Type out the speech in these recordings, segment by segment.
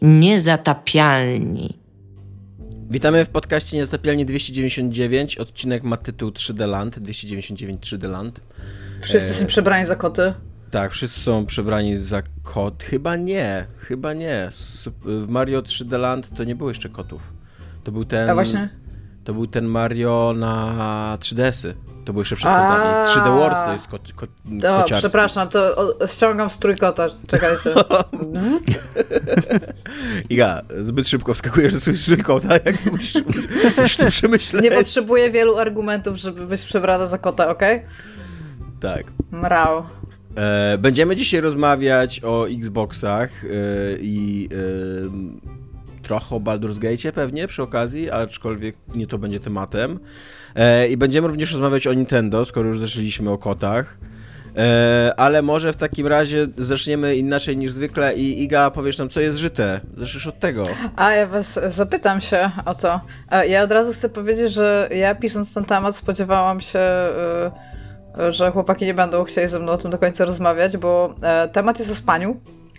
Niezatapialni. Witamy w podcaście Niezatapialni 299. Odcinek ma tytuł 3D Land, 299 3D Land. Wszyscy są przebrani za koty? Tak, wszyscy są przebrani za kot. Chyba nie. W Mario 3D Land to nie było jeszcze kotów. To był ten... A właśnie? To był ten Mario na 3DS-y. To był jeszcze przed kotami. 3D World to jest kociarski. Przepraszam, to ściągam z trójkota. Czekajcie. Iga, zbyt szybko wskakujesz ze trójkota, jak musisz to przemyśleć. Nie potrzebuję wielu argumentów, żeby być przebrana za kota, okej? Tak. Mrał. Będziemy dzisiaj rozmawiać o Xboxach i trochę o Baldur's Gate'cie pewnie przy okazji, aczkolwiek nie to będzie tematem. I będziemy również rozmawiać o Nintendo, skoro już zaczęliśmy o kotach. Ale może w takim razie zaczniemy inaczej niż zwykle i Iga, powiesz nam, co jest żyte. Zaczniesz od tego. A ja was zapytam się o to. Ja od razu chcę powiedzieć, że ja pisząc ten temat spodziewałam się, że chłopaki nie będą chcieli ze mną o tym do końca rozmawiać, bo temat jest o spaniu.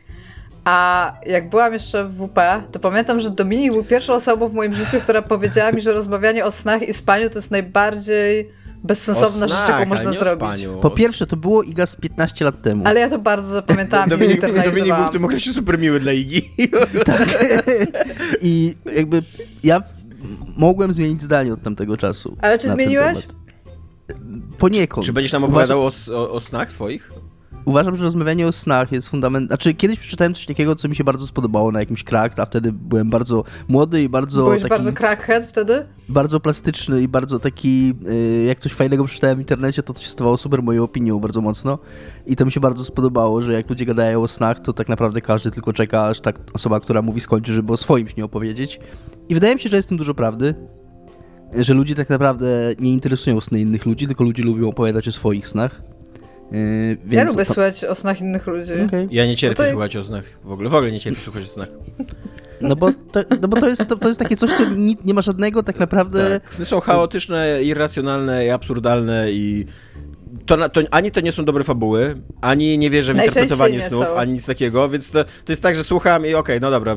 A jak byłam jeszcze w WP, to pamiętam, że Dominik był pierwszą osobą w moim życiu, która powiedziała mi, że rozmawianie o snach i spaniu to jest najbardziej bezsensowna rzecz, jaką można zrobić. Po pierwsze, to było Iga z 15 lat temu. Ale ja to bardzo zapamiętałam. Dominik był w tym okresie super miły dla Igi. Tak. I jakby ja mogłem zmienić zdanie od tamtego czasu. Ale czy zmieniłeś? Poniekąd. Czy będziesz nam opowiadał o snach swoich? Uważam, że rozmawianie o snach jest fundament... Znaczy, kiedyś przeczytałem coś takiego, co mi się bardzo spodobało na jakimś Cracked, a wtedy byłem bardzo młody i bardzo... Byłeś bardzo crackhead wtedy? Bardzo plastyczny i bardzo taki... Jak coś fajnego przeczytałem w internecie, to się stawało super moją opinią bardzo mocno. I to mi się bardzo spodobało, że jak ludzie gadają o snach, to tak naprawdę każdy tylko czeka, aż ta osoba, która mówi, skończy, żeby o swoim śnie opowiedzieć. I wydaje mi się, że jest w tym dużo prawdy. Że ludzie tak naprawdę nie interesują sny innych ludzi, tylko ludzie lubią opowiadać o swoich snach. Więc ja lubię słuchać o snach innych ludzi. Okay. Ja nie cierpię słuchać o snach. W ogóle nie cierpię słuchać o snach. No bo to jest takie coś, co nie ma żadnego tak naprawdę... Tak. Sny są chaotyczne, irracjonalne i absurdalne i ani to nie są dobre fabuły, ani nie wierzę w interpretowanie snów, ani nic takiego, więc to jest tak, że słucham i okej, no dobra,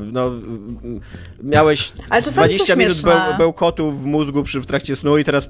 miałeś 20 minut bełkotu w mózgu w trakcie snu i teraz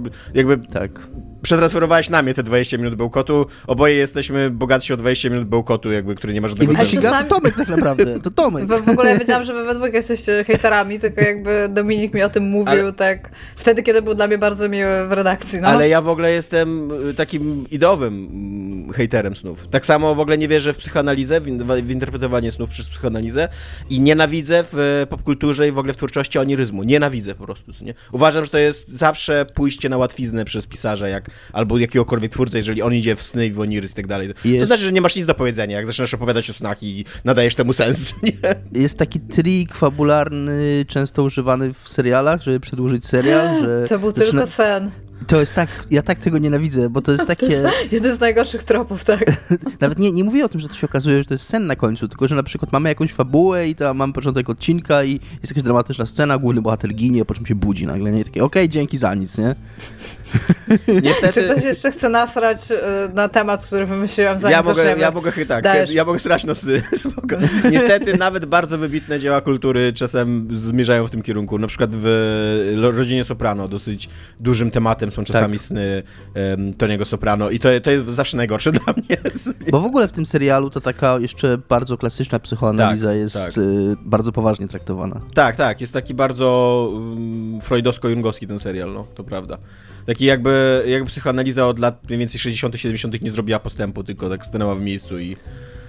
przetransferowałeś na mnie te 20 minut bełkotu, oboje jesteśmy bogatsi o 20 minut bełkotu, który nie ma żadnego sensu. To Tomek tak naprawdę, to Tomek. W ogóle ja wiedziałam, że wy we dwójkę jesteście hejterami, tylko jakby Dominik mi o tym mówił, tak wtedy, kiedy był dla mnie bardzo miły w redakcji. No. Ale ja w ogóle jestem takim ideowym hejterem snów. Tak samo w ogóle nie wierzę w psychoanalizę, w interpretowanie snów przez psychoanalizę i nienawidzę w popkulturze i w ogóle w twórczości oniryzmu. Nienawidzę po prostu. Nie? Uważam, że to jest zawsze pójście na łatwiznę przez pisarza, albo jakiegokolwiek twórcę, jeżeli on idzie w sny i w oniryzm i tak dalej. To znaczy, że nie masz nic do powiedzenia, jak zaczynasz opowiadać o snach i nadajesz temu sens. Nie? Jest taki trik fabularny, często używany w serialach, żeby przedłużyć serial, że... To był tylko sen. To jest tak, ja tak tego nienawidzę, bo to jest takie... To jest jeden z najgorszych tropów, tak. Nawet nie mówię o tym, że to się okazuje, że to jest sen na końcu, tylko że na przykład mamy jakąś fabułę i tam mamy początek odcinka i jest jakaś dramatyczna scena, główny bohater ginie, po czym się budzi nagle, nie? Takie okej, dzięki za nic, nie? Niestety... Czy ktoś jeszcze chce nasrać na temat, który wymyśliłam zanim zaczniemy? Ja mogę strać na sny. Niestety nawet bardzo wybitne dzieła kultury czasem zmierzają w tym kierunku. Na przykład w Rodzinie Soprano dosyć dużym tematem są czasami sny Tony'ego Soprano i to jest zawsze najgorsze dla mnie. Bo w ogóle w tym serialu to taka jeszcze bardzo klasyczna psychoanaliza jest bardzo poważnie traktowana. Tak, jest taki bardzo freudowsko-jungowski ten serial, no, to prawda. Taki jakby psychoanaliza od lat mniej więcej 60 70 nie zrobiła postępu, tylko tak stanęła w miejscu i...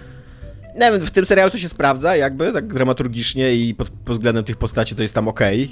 Nie wiem, w tym serialu to się sprawdza tak dramaturgicznie i pod względem tych postaci to jest tam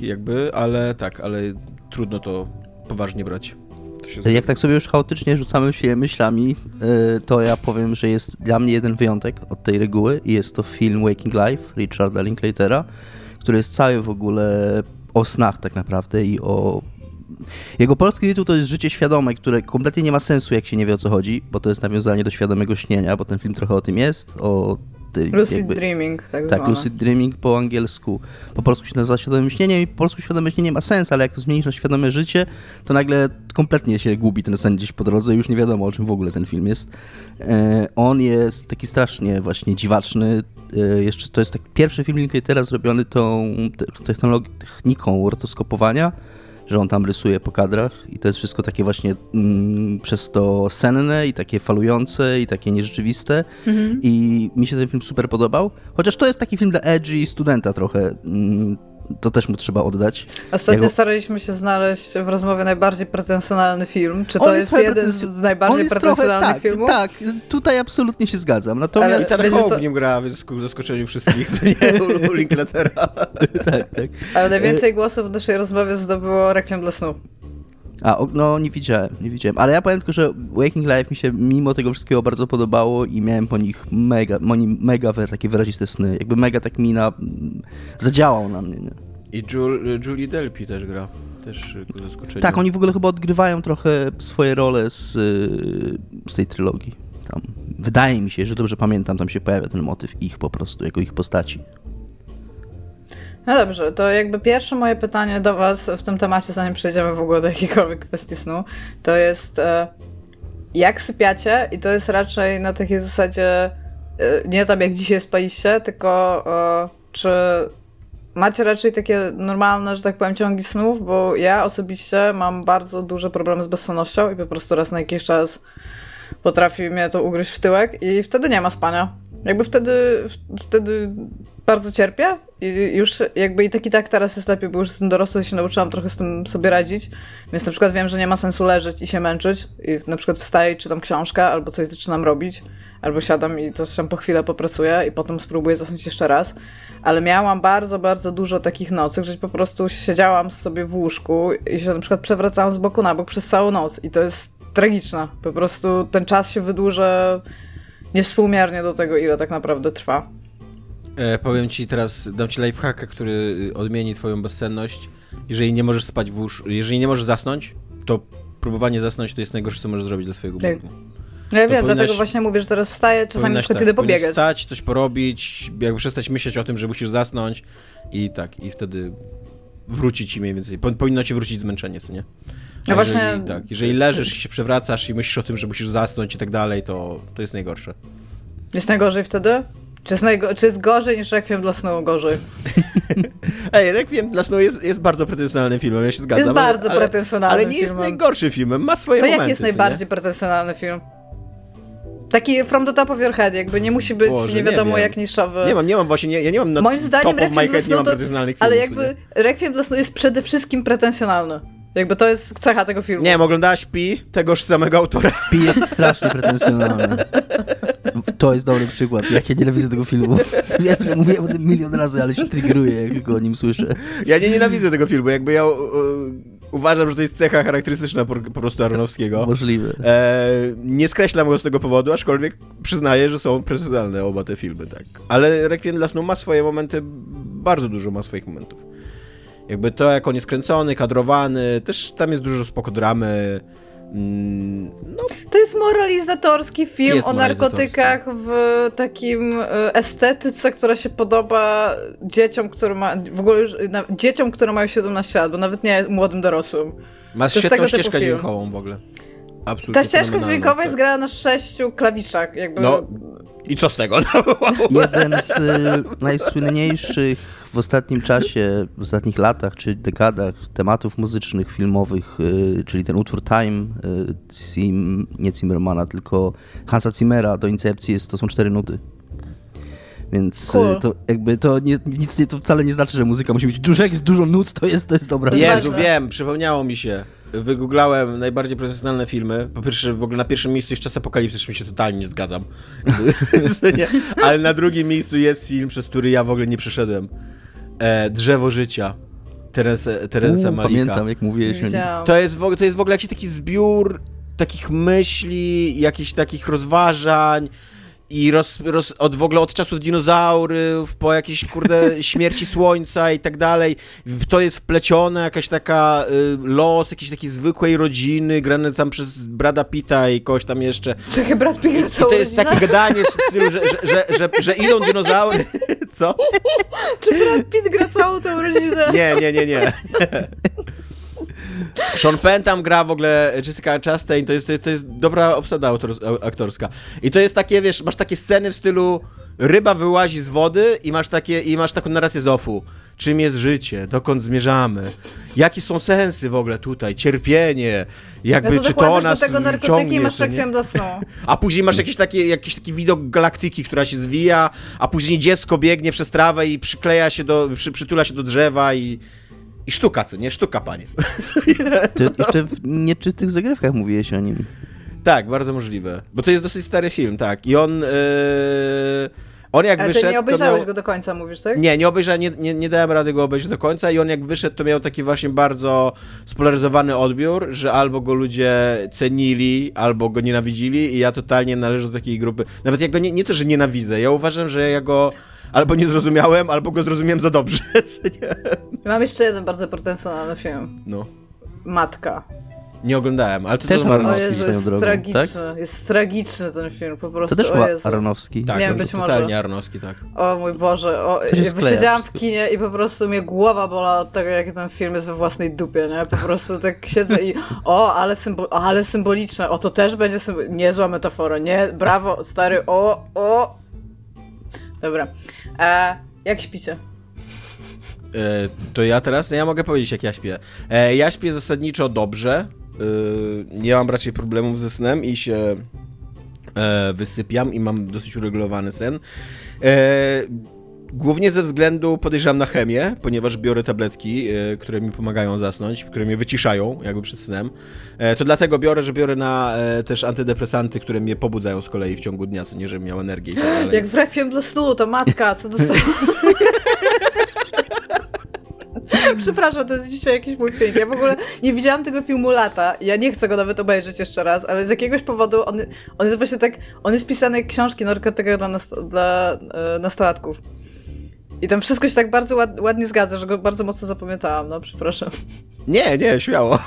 ale trudno to poważnie brać. Jak tak sobie już chaotycznie rzucamy się myślami, to ja powiem, że jest dla mnie jeden wyjątek od tej reguły i jest to film Waking Life Richarda Linklatera, który jest cały w ogóle o snach tak naprawdę i o... Jego polski tytuł to jest Życie świadome, które kompletnie nie ma sensu, jak się nie wie, o co chodzi, bo to jest nawiązanie do świadomego śnienia, bo ten film trochę o tym jest, o Lucid Dreaming, tak Tak, zwane. Lucid Dreaming po angielsku. Po polsku się nazywa świadomym śnieniem i po polsku świadome śnienie ma sens, ale jak to zmienisz na świadome życie, to nagle kompletnie się gubi ten sen gdzieś po drodze i już nie wiadomo, o czym w ogóle ten film jest. On jest taki strasznie właśnie dziwaczny. Jeszcze to jest taki pierwszy film Linklatera zrobiony tą techniką rotoskopowania, że on tam rysuje po kadrach i to jest wszystko takie właśnie przez to senne i takie falujące i takie nierzeczywiste i mi się ten film super podobał, chociaż to jest taki film dla edgy studenta trochę, to też mu trzeba oddać. Ostatnio staraliśmy się znaleźć w rozmowie najbardziej pretensjonalny film. Czy to jest jeden z najbardziej pretensjonalnych filmów? Tak, tutaj absolutnie się zgadzam. Natomiast Ethan Hawke w nim gra w zaskoczeniu wszystkich, co nie u Linklatera. tak. Ale najwięcej głosów w naszej rozmowie zdobyło Requiem dla snu. No nie widziałem. Ale ja powiem tylko, że Waking Life mi się mimo tego wszystkiego bardzo podobało i miałem po nim mega takie wyraziste sny. Jakby mega tak zadziałał na mnie, nie? I Julie Delpy też gra. Też ku zaskoczeniu. Tak, oni w ogóle chyba odgrywają trochę swoje role z tej trylogii. Tam, wydaje mi się, że dobrze pamiętam, tam się pojawia ten motyw ich po prostu, jako ich postaci. No dobrze, to jakby pierwsze moje pytanie do was w tym temacie, zanim przejdziemy w ogóle do jakiejkolwiek kwestii snu, to jest jak sypiacie i to jest raczej na takiej zasadzie nie tam jak dzisiaj spaliście, tylko czy macie raczej takie normalne, że tak powiem, ciągi snów, bo ja osobiście mam bardzo duże problemy z bezsennością i po prostu raz na jakiś czas potrafi mnie to ugryźć w tyłek i wtedy nie ma spania. Jakby wtedy bardzo cierpię i już jakby i tak teraz jest lepiej, bo już jestem dorosła i się nauczyłam trochę z tym sobie radzić, więc na przykład wiem, że nie ma sensu leżeć i się męczyć i na przykład wstaję i czytam książkę albo coś zaczynam robić, albo siadam i to tam po chwilę popracuję i potem spróbuję zasnąć jeszcze raz, ale miałam bardzo, bardzo dużo takich nocy, że po prostu siedziałam sobie w łóżku i się na przykład przewracałam z boku na bok przez całą noc i to jest tragiczne, po prostu ten czas się wydłuża niewspółmiernie do tego, ile tak naprawdę trwa. Powiem ci teraz, dam ci lifehacka, który odmieni twoją bezsenność. Jeżeli nie możesz spać w łóżku, jeżeli nie możesz zasnąć, to próbowanie zasnąć to jest najgorsze, co możesz zrobić dla swojego mózgu. Ja wiem, dlatego właśnie mówię, że teraz wstaję, czasami na przykład kiedy pobiegać. Wstać, coś porobić, jakby przestać myśleć o tym, że musisz zasnąć i wtedy wróci ci mniej więcej, powinno ci wrócić zmęczenie, co nie? No właśnie... Jeżeli leżysz i się przewracasz i myślisz o tym, że musisz zasnąć i tak dalej, to jest najgorsze. Jest najgorzej wtedy? Czy jest gorzej niż Requiem dla snu gorzej? Ej, Requiem dla snu jest bardzo pretensjonalnym filmem, ja się zgadzam. Jest bardzo pretensjonalnym filmem. Ale nie jest najgorszym filmem, ma swoje momenty. To jaki jest najbardziej pretensjonalny film? Taki from the top of your head, jakby nie musi być nie wiadomo jak niszowy. Nie mam właśnie, ja nie mam na moim zdaniem top of my head, nie mam pretensjonalnych filmów. Ale jakby Requiem dla snu jest przede wszystkim pretensjonalny. Jakby to jest cecha tego filmu. Nie wiem, oglądałaś Pi, tegoż samego autora. Pi jest strasznie pretensjonalny. To jest dobry przykład. Jak ja nienawidzę tego filmu. Wiem, że mówiłem o tym milion razy, ale się triggeruję, jak tylko o nim słyszę. Ja nie nienawidzę tego filmu, jakby ja uważam, że to jest cecha charakterystyczna po prostu Aronofskiego. Możliwe. Nie skreślam go z tego powodu, aczkolwiek przyznaję, że są pretensjonalne oba te filmy, tak. Ale Requiem dla snu ma swoje momenty, bardzo dużo ma swoich momentów. Jakby to, jak on jest kręcony, kadrowany, też tam jest dużo spoko dramy. No. To jest moralizatorski film o narkotykach w takim estetyce, która się podoba dzieciom, które mają 17 lat, bo nawet nie młodym dorosłym. Ma świetną ścieżkę dźwiękową w ogóle. Absolutnie. Ta ścieżka dźwiękowa jest grana na 6 klawiszach. Jakby... No i co z tego? Jeden z najsłynniejszych w ostatnim czasie, w ostatnich latach czy dekadach tematów muzycznych, filmowych, czyli ten utwór Time, nie Zimmermana, tylko Hansa Zimmera do Incepcji, to są 4 nuty. Więc cool. To jakby to to wcale nie znaczy, że muzyka musi być jak jest dużo nut, to jest dobra. Jezu, wiem, przypomniało mi się. Wygooglałem najbardziej profesjonalne filmy. Po pierwsze, w ogóle na pierwszym miejscu jest Czas Apokalipsy, z czym się totalnie nie zgadzam. Ale na drugim miejscu jest film, przez który ja w ogóle nie przeszedłem. Drzewo życia. Teresa Malika. Pamiętam, jak mówiłeś o nim. To jest w ogóle jakiś taki zbiór takich myśli, jakichś takich rozważań w ogóle od czasów dinozaurów, po jakieś, kurde, śmierci słońca i tak dalej. W to jest wplecione jakaś taka los jakiejś takiej zwykłej rodziny, grane tam przez Brada Pitta i kogoś tam jeszcze. Czekaj, Brad Pitt gra I całą to jest rodzinę? takie gadanie w stylu, że idą dinozaury. Co? Czy Brad Pitt gra całą tą rodzinę? Nie. Sean Penn tam gra w ogóle, Jessica Chastain, to jest dobra obsada aktorska. I to jest takie, wiesz, masz takie sceny w stylu ryba wyłazi z wody i masz taką narrację z offu. Czym jest życie? Dokąd zmierzamy? Jakie są sensy w ogóle tutaj? Cierpienie? Jakby, czy to nas do tego narkotyki ciągnie, masz czy nie? rekwiem dla snu. A później masz jakiś taki widok galaktyki, która się zwija, a później dziecko biegnie przez trawę i przytula się do drzewa i sztuka, co nie? Sztuka, panie. Ty jeszcze w nieczystych zagrywkach mówiłeś o nim. Tak, bardzo możliwe. Bo to jest dosyć stary film, tak. I on jak Ale wyszedł... ty nie obejrzałeś to go do końca, mówisz, tak? Nie obejrzałem, nie dałem rady go obejrzeć do końca i on jak wyszedł, to miał taki właśnie bardzo spolaryzowany odbiór, że albo go ludzie cenili, albo go nienawidzili i ja totalnie należę do takiej grupy. Nawet ja go nie to, że nienawidzę, ja uważam, że ja go albo nie zrozumiałem, albo go zrozumiałem za dobrze. Mam jeszcze jeden bardzo pretensjonalny film. No. Matka. Nie oglądałem, ale to Też też O Aronofsky. Jezu, swoją jest drogą, tragiczny. tak? Jest tragiczny ten film, po prostu. To też o chyba Jezu. Aronofsky. Tak, Nie, no, być może. totalnie Aronofsky, tak. O mój Boże, To się jakby skleja siedziałam w wszystko. kinie i po prostu mnie głowa bolała od tego, jaki ten film jest we własnej dupie, nie? Po prostu tak siedzę i ale symboliczne, to też będzie niezła metafora, nie? Brawo, stary, Dobra. Jak śpicie? To ja teraz? No ja mogę powiedzieć, jak ja śpię. Ja śpię zasadniczo dobrze. Nie mam raczej problemów ze snem i się wysypiam i mam dosyć uregulowany sen. Głównie ze względu, podejrzewam, na chemię, ponieważ biorę tabletki, które mi pomagają zasnąć, które mnie wyciszają jakby przed snem. To dlatego biorę, że biorę też antydepresanty, które mnie pobudzają z kolei w ciągu dnia, co nie, żebym miał energię i tak dalej. Jak w Rekwiem dla snu, to matka, co dostała... Przepraszam, to jest dzisiaj jakiś mój film. Ja w ogóle nie widziałam tego filmu lata. Ja nie chcę go nawet obejrzeć jeszcze raz, ale z jakiegoś powodu on jest właśnie tak... On jest pisany jak książki o narkotykach dla nastolatków. I tam wszystko się tak bardzo ładnie zgadza, że go bardzo mocno zapamiętałam. No, przepraszam. Nie, śmiało.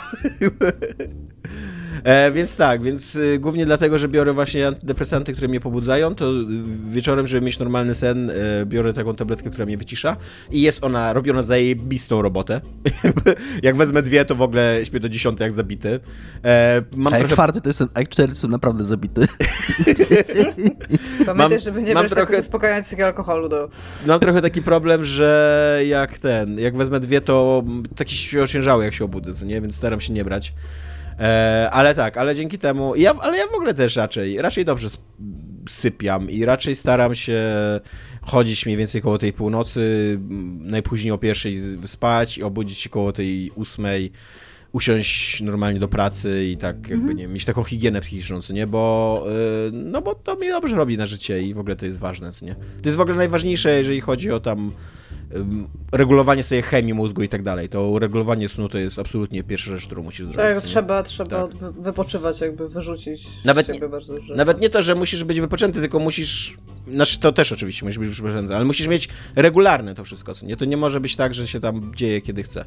Więc głównie dlatego, że biorę właśnie antydepresanty, które mnie pobudzają, to wieczorem, żeby mieć normalny sen, biorę taką tabletkę, która mnie wycisza i jest ona robiona zajebistą robotę. Jak wezmę 2, to w ogóle śpię do 10 jak zabity. A jak 4 to jestem, a jak 4 to jestem naprawdę zabity. Pamiętaj, żeby nie brać trochę uspokajającego alkoholu do... Mam trochę taki problem, że jak wezmę 2, to taki się ociężały, jak się obudzę, co nie? Więc staram się nie brać. Ale dzięki temu... Ale ja w ogóle też raczej dobrze sypiam i raczej staram się chodzić mniej więcej koło tej północy, najpóźniej o 1:00 spać i obudzić się koło tej 8:00, usiąść normalnie do pracy i tak jakby, nie mieć taką higienę psychiczną, co nie, bo to mnie dobrze robi na życie i w ogóle to jest ważne, co nie. To jest w ogóle najważniejsze, jeżeli chodzi o tam regulowanie sobie chemii mózgu i tak dalej. To regulowanie snu to jest absolutnie pierwsza rzecz, którą musisz zrobić. Tak, trzeba Tak. wypoczywać, jakby wyrzucić Nawet z siebie bardzo dużo. Nawet nie to, że musisz być wypoczęty, tylko musisz... Znaczy to też oczywiście musisz być wypoczęty, ale musisz mieć regularne to wszystko, co nie? To nie może być tak, że się tam dzieje, kiedy chce.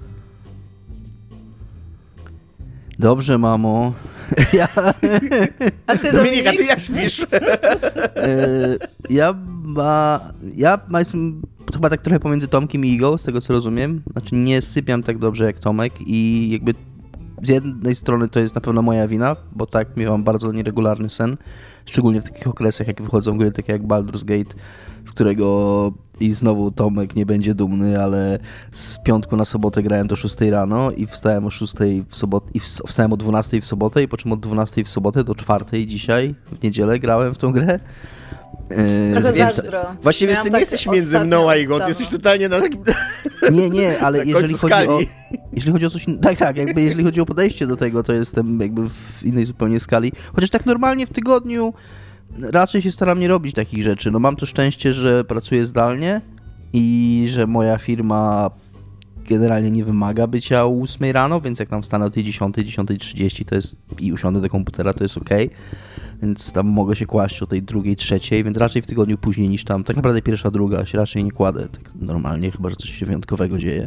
Dobrze, mamo. A ty, Dominika, ty jak śpisz? Ja jestem chyba tak trochę pomiędzy Tomkiem i Igą, z tego co rozumiem. Znaczy nie sypiam tak dobrze jak Tomek i jakby z jednej strony to jest na pewno moja wina, bo tak miałam bardzo nieregularny sen, szczególnie w takich okresach, jak wychodzą gry takie jak Baldur's Gate, w którego i znowu Tomek nie będzie dumny, ale z piątku na sobotę grałem do 6 rano i wstałem o 6 w sobotę i wstałem o 12 w sobotę i po czym od 12 w sobotę do 4 dzisiaj, w niedzielę grałem w tą grę. Trochę Więc- zazdro. Właściwie Miałam ty nie tak jesteś między ostatnio mną a Igą, ty dawno. jesteś totalnie na takim... Nie, ale Na jeżeli końcu chodzi skali. jeżeli chodzi o coś innego, tak, jakby jeżeli chodzi o podejście do tego, to jestem jakby w innej zupełnie skali. Chociaż tak normalnie w tygodniu raczej się staram nie robić takich rzeczy. No mam to szczęście, że pracuję zdalnie i że moja firma generalnie nie wymaga bycia o 8 rano, więc jak tam wstanę o tej 10:30 to jest i usiądę do komputera, to jest okej. więc tam mogę się kłaść o tej 2, 3, więc raczej w tygodniu później niż tam, tak naprawdę 1, 2 się raczej nie kładę, tak normalnie, chyba że coś się wyjątkowego dzieje.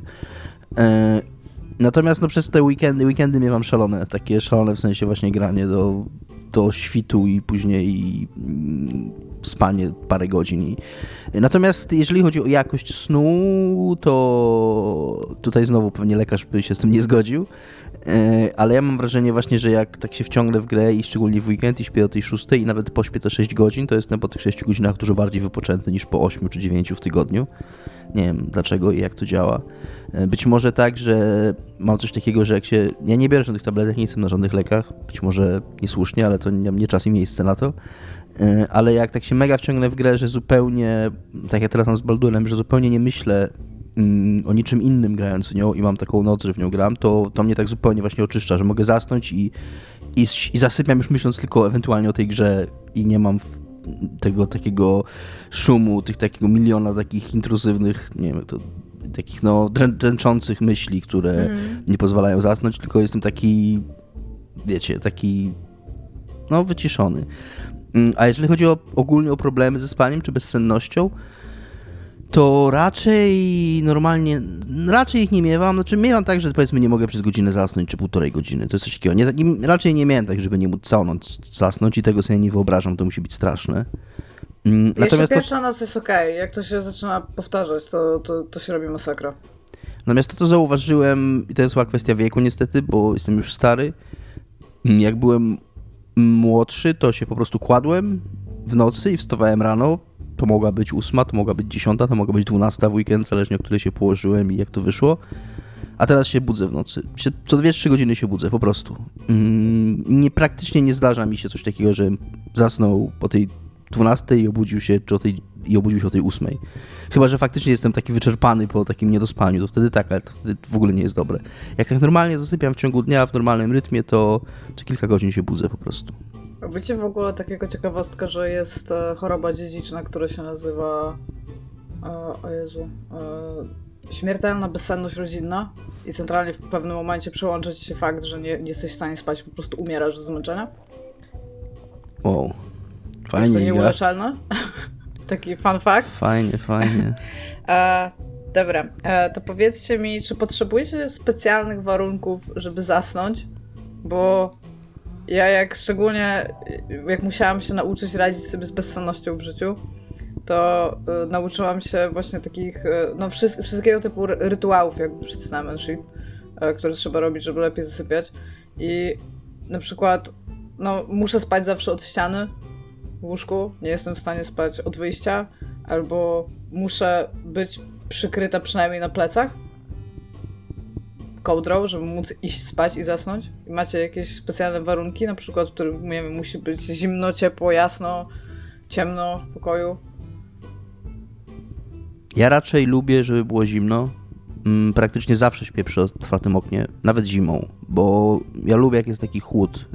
Natomiast no przez te weekendy miewam szalone, takie szalone w sensie właśnie granie do świtu i później spanie parę godzin. Natomiast jeżeli chodzi o jakość snu, to tutaj znowu pewnie lekarz by się z tym nie zgodził, ale ja mam wrażenie właśnie, że jak tak się wciągnę w grę i szczególnie w weekend i śpię o tej 6 i nawet pośpię te 6 godzin, to jestem po tych 6 godzinach dużo bardziej wypoczęty niż po 8 czy 9 w tygodniu. Nie wiem dlaczego i jak to działa. Być może tak, że mam coś takiego, że jak się... Ja nie biorę żadnych tabletek, nie jestem na żadnych lekach, być może niesłusznie, ale to nie czas i miejsce na to. Ale jak tak się mega wciągnę w grę, że zupełnie, tak jak teraz mam z Baldurem, że zupełnie nie myślę o niczym innym grając w nią i mam taką noc, że w nią gram, to mnie tak zupełnie właśnie oczyszcza, że mogę zasnąć i zasypiam już myśląc tylko ewentualnie o tej grze i nie mam tego takiego szumu, takiego miliona takich intruzywnych, nie wiem, to takich no dręczących myśli, które nie pozwalają zasnąć, tylko jestem taki, wiecie, taki no wyciszony. A jeżeli chodzi ogólnie o problemy ze spaniem czy bezsennością, to raczej ich nie miewam. Znaczy miewam tak, że powiedzmy nie mogę przez godzinę zasnąć, czy 1,5 godziny. To jest coś takiego. Raczej nie miałem tak, żeby nie móc całą noc zasnąć i tego sobie nie wyobrażam, to musi być straszne. Natomiast pierwsza noc jest okej. Jak to się zaczyna powtarzać, to się robi masakra. Natomiast to zauważyłem, i to jest chyba kwestia wieku niestety, bo jestem już stary. Jak byłem młodszy, to się po prostu kładłem w nocy i wstawałem rano. To mogła być 8, to mogła być 10, to mogła być 12 w weekend, zależnie o której się położyłem i jak to wyszło. A teraz się budzę w nocy. Co 2-3 godziny się budzę, po prostu. Praktycznie nie zdarza mi się coś takiego, że zasnął o tej 12 i obudził się, o tej 8. Chyba że faktycznie jestem taki wyczerpany po takim niedospaniu, to wtedy tak, ale to wtedy w ogóle nie jest dobre. Jak tak normalnie zasypiam w ciągu dnia, w normalnym rytmie, to co kilka godzin się budzę po prostu. Wiecie w ogóle takiego ciekawostka, że jest choroba dziedziczna, która się nazywa śmiertelna bezsenność rodzinna i centralnie w pewnym momencie przełącza ci się fakt, że nie jesteś w stanie spać, po prostu umierasz z zmęczenia. Wow, fajnie. Jest to nieuleczalne? Taki fun fact. Fajnie. Dobra, to powiedzcie mi, czy potrzebujecie specjalnych warunków, żeby zasnąć? Bo ja szczególnie jak musiałam się nauczyć radzić sobie z bezsennością w życiu, to nauczyłam się właśnie takich, no wszystkiego typu rytuałów jakby przed snem and shit, które trzeba robić, żeby lepiej zasypiać. I na przykład, no muszę spać zawsze od ściany w łóżku, nie jestem w stanie spać od wyjścia, albo muszę być przykryta przynajmniej na plecach kołdrą, żeby móc iść spać i zasnąć. I macie jakieś specjalne warunki, na przykład, w których nie wiem, musi być zimno, ciepło, jasno, ciemno w pokoju? Ja raczej lubię, żeby było zimno. Praktycznie zawsze śpię przy otwartym oknie, nawet zimą, bo ja lubię, jak jest taki chłód.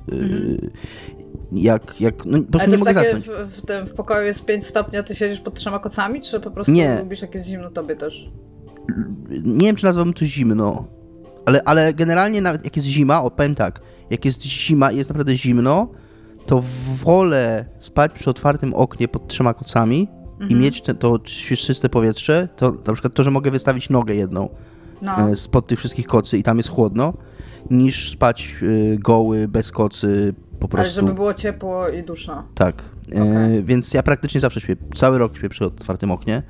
No, po prostu nie mogę zasnąć. W pokoju jest 5 stopni, a ty siedzisz pod 3 kocami, czy po prostu lubisz, jak jest zimno tobie też? Nie wiem, czy nazwałbym to zimno, ale generalnie nawet jak jest zima, powiem tak, jak jest zima i jest naprawdę zimno, to wolę spać przy otwartym oknie pod 3 kocami i mieć to czyste powietrze, to na przykład to, że mogę wystawić nogę jedną spod tych wszystkich kocy i tam jest chłodno, niż spać goły, bez kocy, po prostu. Ale żeby było ciepło i duszno. Tak, okay. Więc ja praktycznie zawsze śpię, cały rok śpię przy otwartym oknie.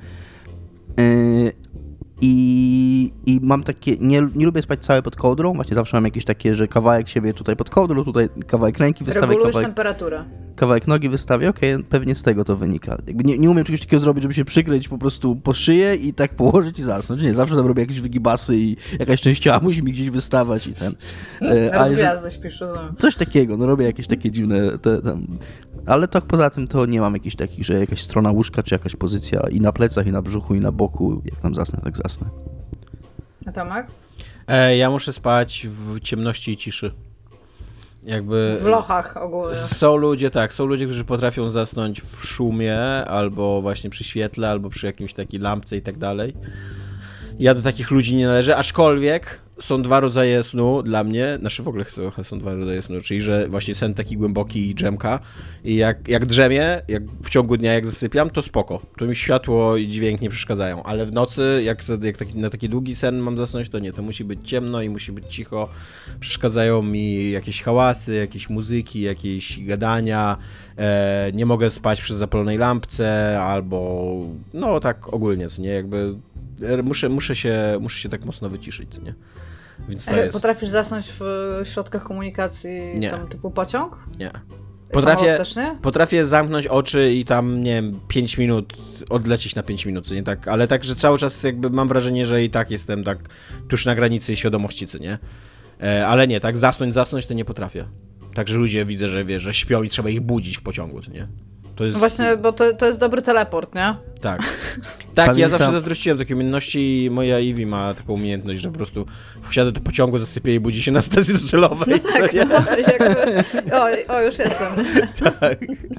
I mam takie, nie lubię spać całe pod kołdrą, właśnie zawsze mam jakieś takie, że kawałek siebie tutaj pod kołdrą, tutaj kawałek ręki wystawię, regulujesz temperaturę. Kawałek nogi wystawię, pewnie z tego to wynika. Jakby nie umiem czegoś takiego zrobić, żeby się przykryć po prostu po szyję i tak położyć i zasnąć. Nie, zawsze tam robię jakieś wygibasy i jakaś część ciała musi mi gdzieś wystawać i ten. Rozgwiazdę śpisz. Coś takiego, no robię jakieś takie dziwne, ale tak poza tym to nie mam jakichś takich, że jakaś strona łóżka, czy jakaś pozycja i na plecach, i na brzuchu, i na boku, jak tam zasnę, tak zasnę. A Tomek? Ja muszę spać w ciemności i ciszy. Jakby w lochach ogólnie. Są ludzie, którzy potrafią zasnąć w szumie, albo właśnie przy świetle, albo przy jakimś takiej lampce i tak dalej. Ja do takich ludzi nie należę, aczkolwiek są dwa rodzaje snu dla mnie, znaczy w ogóle są dwa rodzaje snu, czyli że właśnie sen taki głęboki i drzemka i jak drzemię, jak w ciągu dnia jak zasypiam, to spoko, to mi światło i dźwięk nie przeszkadzają, ale w nocy jak na taki długi sen mam zasnąć, to nie, to musi być ciemno i musi być cicho, przeszkadzają mi jakieś hałasy, jakieś muzyki, jakieś gadania, nie mogę spać przy zapalonej lampce albo no tak ogólnie, co nie, jakby muszę się tak mocno wyciszyć, co nie. Więc to jest... Potrafisz zasnąć w środkach komunikacji tam typu pociąg? Nie. Potrafię zamknąć oczy i tam, nie wiem, 5 minut, odlecieć na 5 minut, co nie tak, ale tak, że cały czas jakby mam wrażenie, że i tak jestem tak tuż na granicy świadomości, co nie. Ale nie, tak zasnąć to nie potrafię. Także ludzie widzę, że śpią i trzeba ich budzić w pociągu, co nie. To jest... Właśnie, bo to jest dobry teleport, nie? Tak. Tak, ja zawsze zazdrościłem takiej umiejętności i moja Ivy ma taką umiejętność, że po prostu wsiada do pociągu, zasypie i budzi się na stacji docelowej. No tak, no, jakby... O, już jestem. Tak.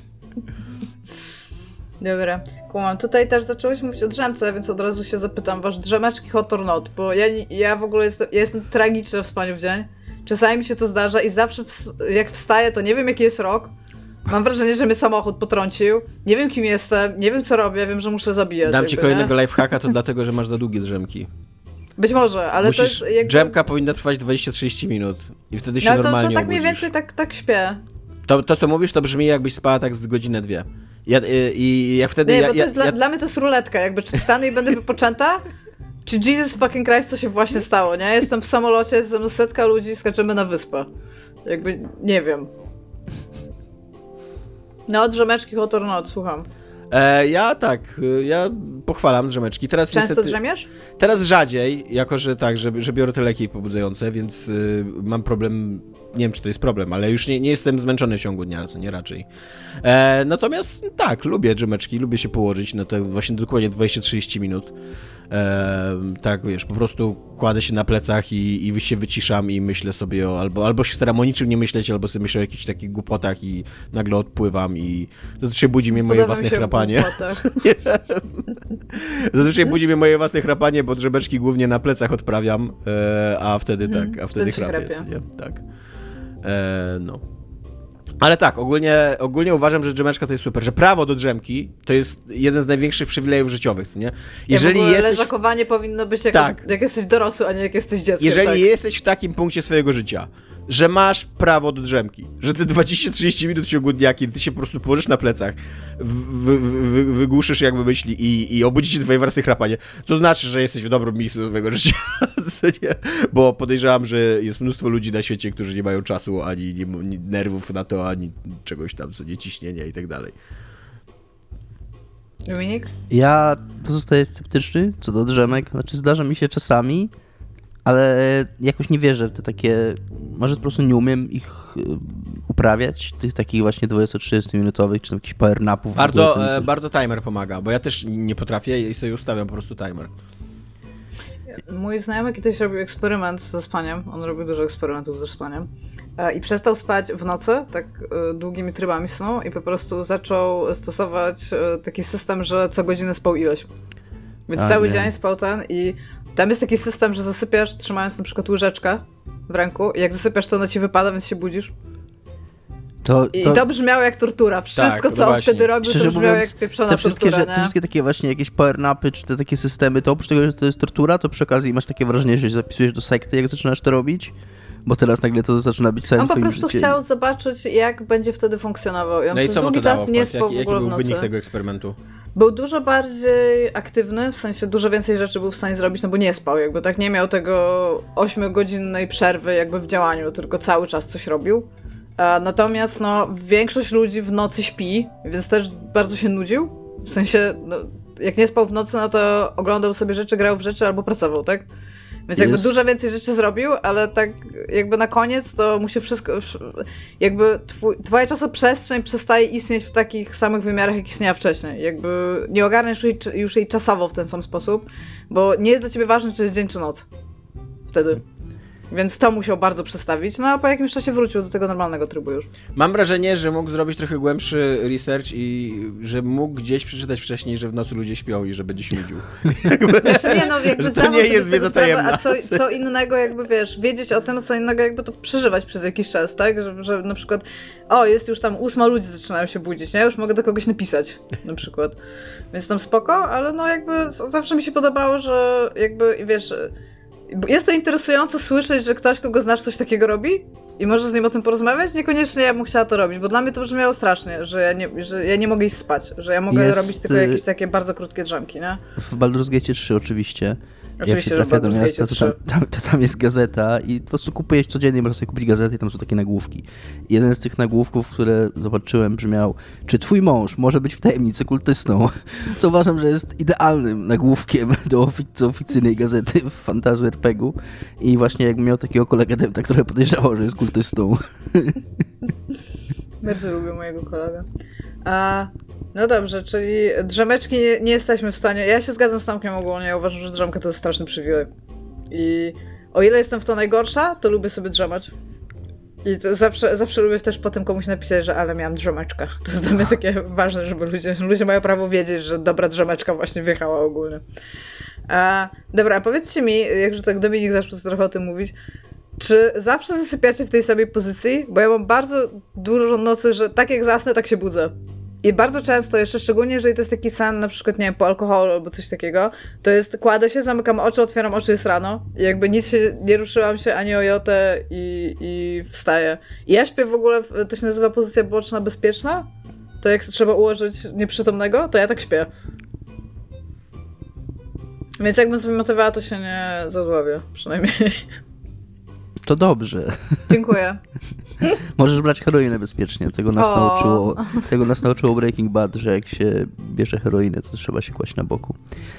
Dobra. Kumam, tutaj też zacząłeś mówić o drzemce, więc od razu się zapytam, wasz drzemeczki hot or not, bo ja w ogóle jestem tragiczna w spaniu w dzień. Czasami mi się to zdarza i zawsze jak wstaję, to nie wiem jaki jest rok. Mam wrażenie, że mnie samochód potrącił. Nie wiem, kim jestem, nie wiem, co robię, wiem, że muszę zabijać. Dam ci kolejnego lifehacka, to dlatego, że masz za długie drzemki. Być może, ale to jest jakby... Drzemka powinna trwać 20-30 minut i wtedy się normalnie to tak obudzisz. mniej więcej tak śpię. To, co mówisz, to brzmi jakbyś spała tak z godzinę, 2. Ja wtedy... Nie, bo to jest dla mnie to jest ruletka, jakby czy wstanę i będę wypoczęta, czy Jesus fucking Christ, co się właśnie stało, nie? Jestem w samolocie, jest ze mną setka ludzi, skaczemy na wyspę. Jakby, nie wiem. No, drzemeczki hot or not, słucham. Ja pochwalam drzemeczki. Teraz Często drzemiesz? Teraz rzadziej, jako że tak, że biorę te leki pobudzające, więc mam problem, nie wiem czy to jest problem, ale już nie jestem zmęczony w ciągu dnia, co nie raczej. Natomiast tak, lubię drzemeczki, lubię się położyć na te właśnie dokładnie 20-30 minut. Tak, wiesz, po prostu kładę się na plecach i się wyciszam i myślę sobie albo się staram o niczym nie myśleć, albo sobie myślę o jakichś takich głupotach i nagle odpływam i zazwyczaj budzi mnie moje własne chrapanie. Zazwyczaj budzi mnie moje własne chrapanie, bo drzemeczki głównie na plecach odprawiam, a wtedy wtedy chrapię. Nie? Tak. No. Ale tak, ogólnie uważam, że drzemeczka to jest super, że prawo do drzemki to jest jeden z największych przywilejów życiowych, nie? Jeżeli leżakowanie powinno być jak jesteś dorosły, a nie jak jesteś dzieckiem. Jeżeli jesteś w takim punkcie swojego życia, że masz prawo do drzemki, że te 20-30 minut w ciągu dnia, kiedy ty się po prostu położysz na plecach, wygłuszysz jakby myśli i obudzi się twoje własne chrapanie, to znaczy, że jesteś w dobrym miejscu swojego życia. Bo podejrzewam, że jest mnóstwo ludzi na świecie, którzy nie mają czasu, ani nerwów na to, ani czegoś tam, co nie ciśnienia i tak dalej. Dominik? Ja pozostaję sceptyczny co do drzemek, znaczy zdarza mi się czasami, ale jakoś nie wierzę w te takie, może po prostu nie umiem ich uprawiać, tych takich właśnie 20-30 minutowych, czy tam jakichś power napów. Bardzo timer pomaga, bo ja też nie potrafię i sobie ustawiam po prostu timer. Mój znajomy kiedyś robił eksperyment ze spaniem, on robił dużo eksperymentów ze spaniem i przestał spać w nocy, tak długimi trybami snu i po prostu zaczął stosować taki system, że co godzinę spał ileś. Więc cały dzień spał i tam jest taki system, że zasypiasz trzymając na przykład łyżeczkę w ręku i jak zasypiasz, to ona ci wypada, więc się budzisz. I to brzmiało jak tortura. Wszystko, co on wtedy robił, to brzmiało jak pieprzona tortura. Te wszystkie takie właśnie jakieś power napy, czy te takie systemy, to oprócz tego, że to jest tortura, to przy okazji masz takie wrażenie, że się zapisujesz do sekty, jak zaczynasz to robić, bo teraz nagle to zaczyna być całym twoim życiem. On po prostu chciał zobaczyć, jak będzie wtedy funkcjonował. I on przez długi czas nie spał w ogóle w nocy. Jaki był wynik tego eksperymentu? Był dużo bardziej aktywny, w sensie dużo więcej rzeczy był w stanie zrobić, no bo nie spał, jakby tak nie miał tego 8-godzinnej przerwy jakby w działaniu, tylko cały czas coś robił. Natomiast większość ludzi w nocy śpi, więc też bardzo się nudził, w sensie jak nie spał w nocy, no to oglądał sobie rzeczy, grał w rzeczy albo pracował, tak? Więc jakby dużo więcej rzeczy zrobił, ale tak jakby na koniec to mu się wszystko, jakby twoja czasoprzestrzeń przestaje istnieć w takich samych wymiarach, jak istniała wcześniej. Jakby nie ogarniasz już jej czasowo w ten sam sposób, bo nie jest dla ciebie ważne, czy jest dzień, czy noc. Wtedy. Więc to musiał bardzo przestawić, no a po jakimś czasie wrócił do tego normalnego trybu już. Mam wrażenie, że mógł zrobić trochę głębszy research i że mógł gdzieś przeczytać wcześniej, że w nocy ludzie śpią i że będzie się nudził. Że to nie jest wiedza tajemna. A co innego jakby, wiesz, wiedzieć o tym, co innego jakby to przeżywać przez jakiś czas, tak? Że na przykład, jest już tam 8, ludzie zaczynają się budzić, nie? Już mogę do kogoś napisać, na przykład. Więc tam spoko, ale no jakby zawsze mi się podobało, że jakby, wiesz, jest to interesujące słyszeć, że ktoś, kogo znasz, coś takiego robi i możesz z nim o tym porozmawiać. Niekoniecznie ja bym chciała to robić, bo dla mnie to brzmiało strasznie, że ja nie mogę iść spać, że ja mogę robić tylko jakieś takie bardzo krótkie drzemki, nie? W Baldur's Gate 3 oczywiście. Oczywiście, jak się trafia do miasta, to tam jest gazeta i po prostu kupujesz codziennie, możesz sobie kupić gazetę i tam są takie nagłówki. Jeden z tych nagłówków, które zobaczyłem, brzmiał: czy twój mąż może być w tajemnicy kultystą? Co uważam, że jest idealnym nagłówkiem do oficyjnej gazety w Fantasy RPG-u. I właśnie jakbym miał takiego kolegę Demta, który podejrzewał, że jest kultystą. Bardzo lubię mojego kolegę. No dobrze, czyli drzemeczki nie jesteśmy w stanie... Ja się zgadzam z Tomkiem ogólnie, ja uważam, że drzemka to jest straszny przywilej. I o ile jestem w to najgorsza, to lubię sobie drzemać. I to zawsze lubię też potem komuś napisać, że ale miałam drzemeczkę. To jest dla mnie takie ważne, żeby ludzie mają prawo wiedzieć, że dobra drzemeczka właśnie wjechała ogólnie. Dobra, powiedzcie mi, jakże tak Dominik zaczął trochę o tym mówić, czy zawsze zasypiacie w tej samej pozycji? Bo ja mam bardzo dużo nocy, że tak jak zasnę, tak się budzę. I bardzo często, jeszcze szczególnie, jeżeli to jest taki sen, na przykład, nie wiem, po alkoholu albo coś takiego, to jest, kładę się, zamykam oczy, otwieram oczy, jest rano i jakby nic się, nie ruszyłam się ani o jotę i wstaję. I ja śpię w ogóle, to się nazywa pozycja boczna bezpieczna? To jak trzeba ułożyć nieprzytomnego, to ja tak śpię. Więc jakbym zwymiotowała, to się nie zadławię, przynajmniej. To dobrze. Dziękuję. Możesz brać heroinę bezpiecznie. Tego nas nauczyło Breaking Bad, że jak się bierze heroinę, to trzeba się kłaść na boku.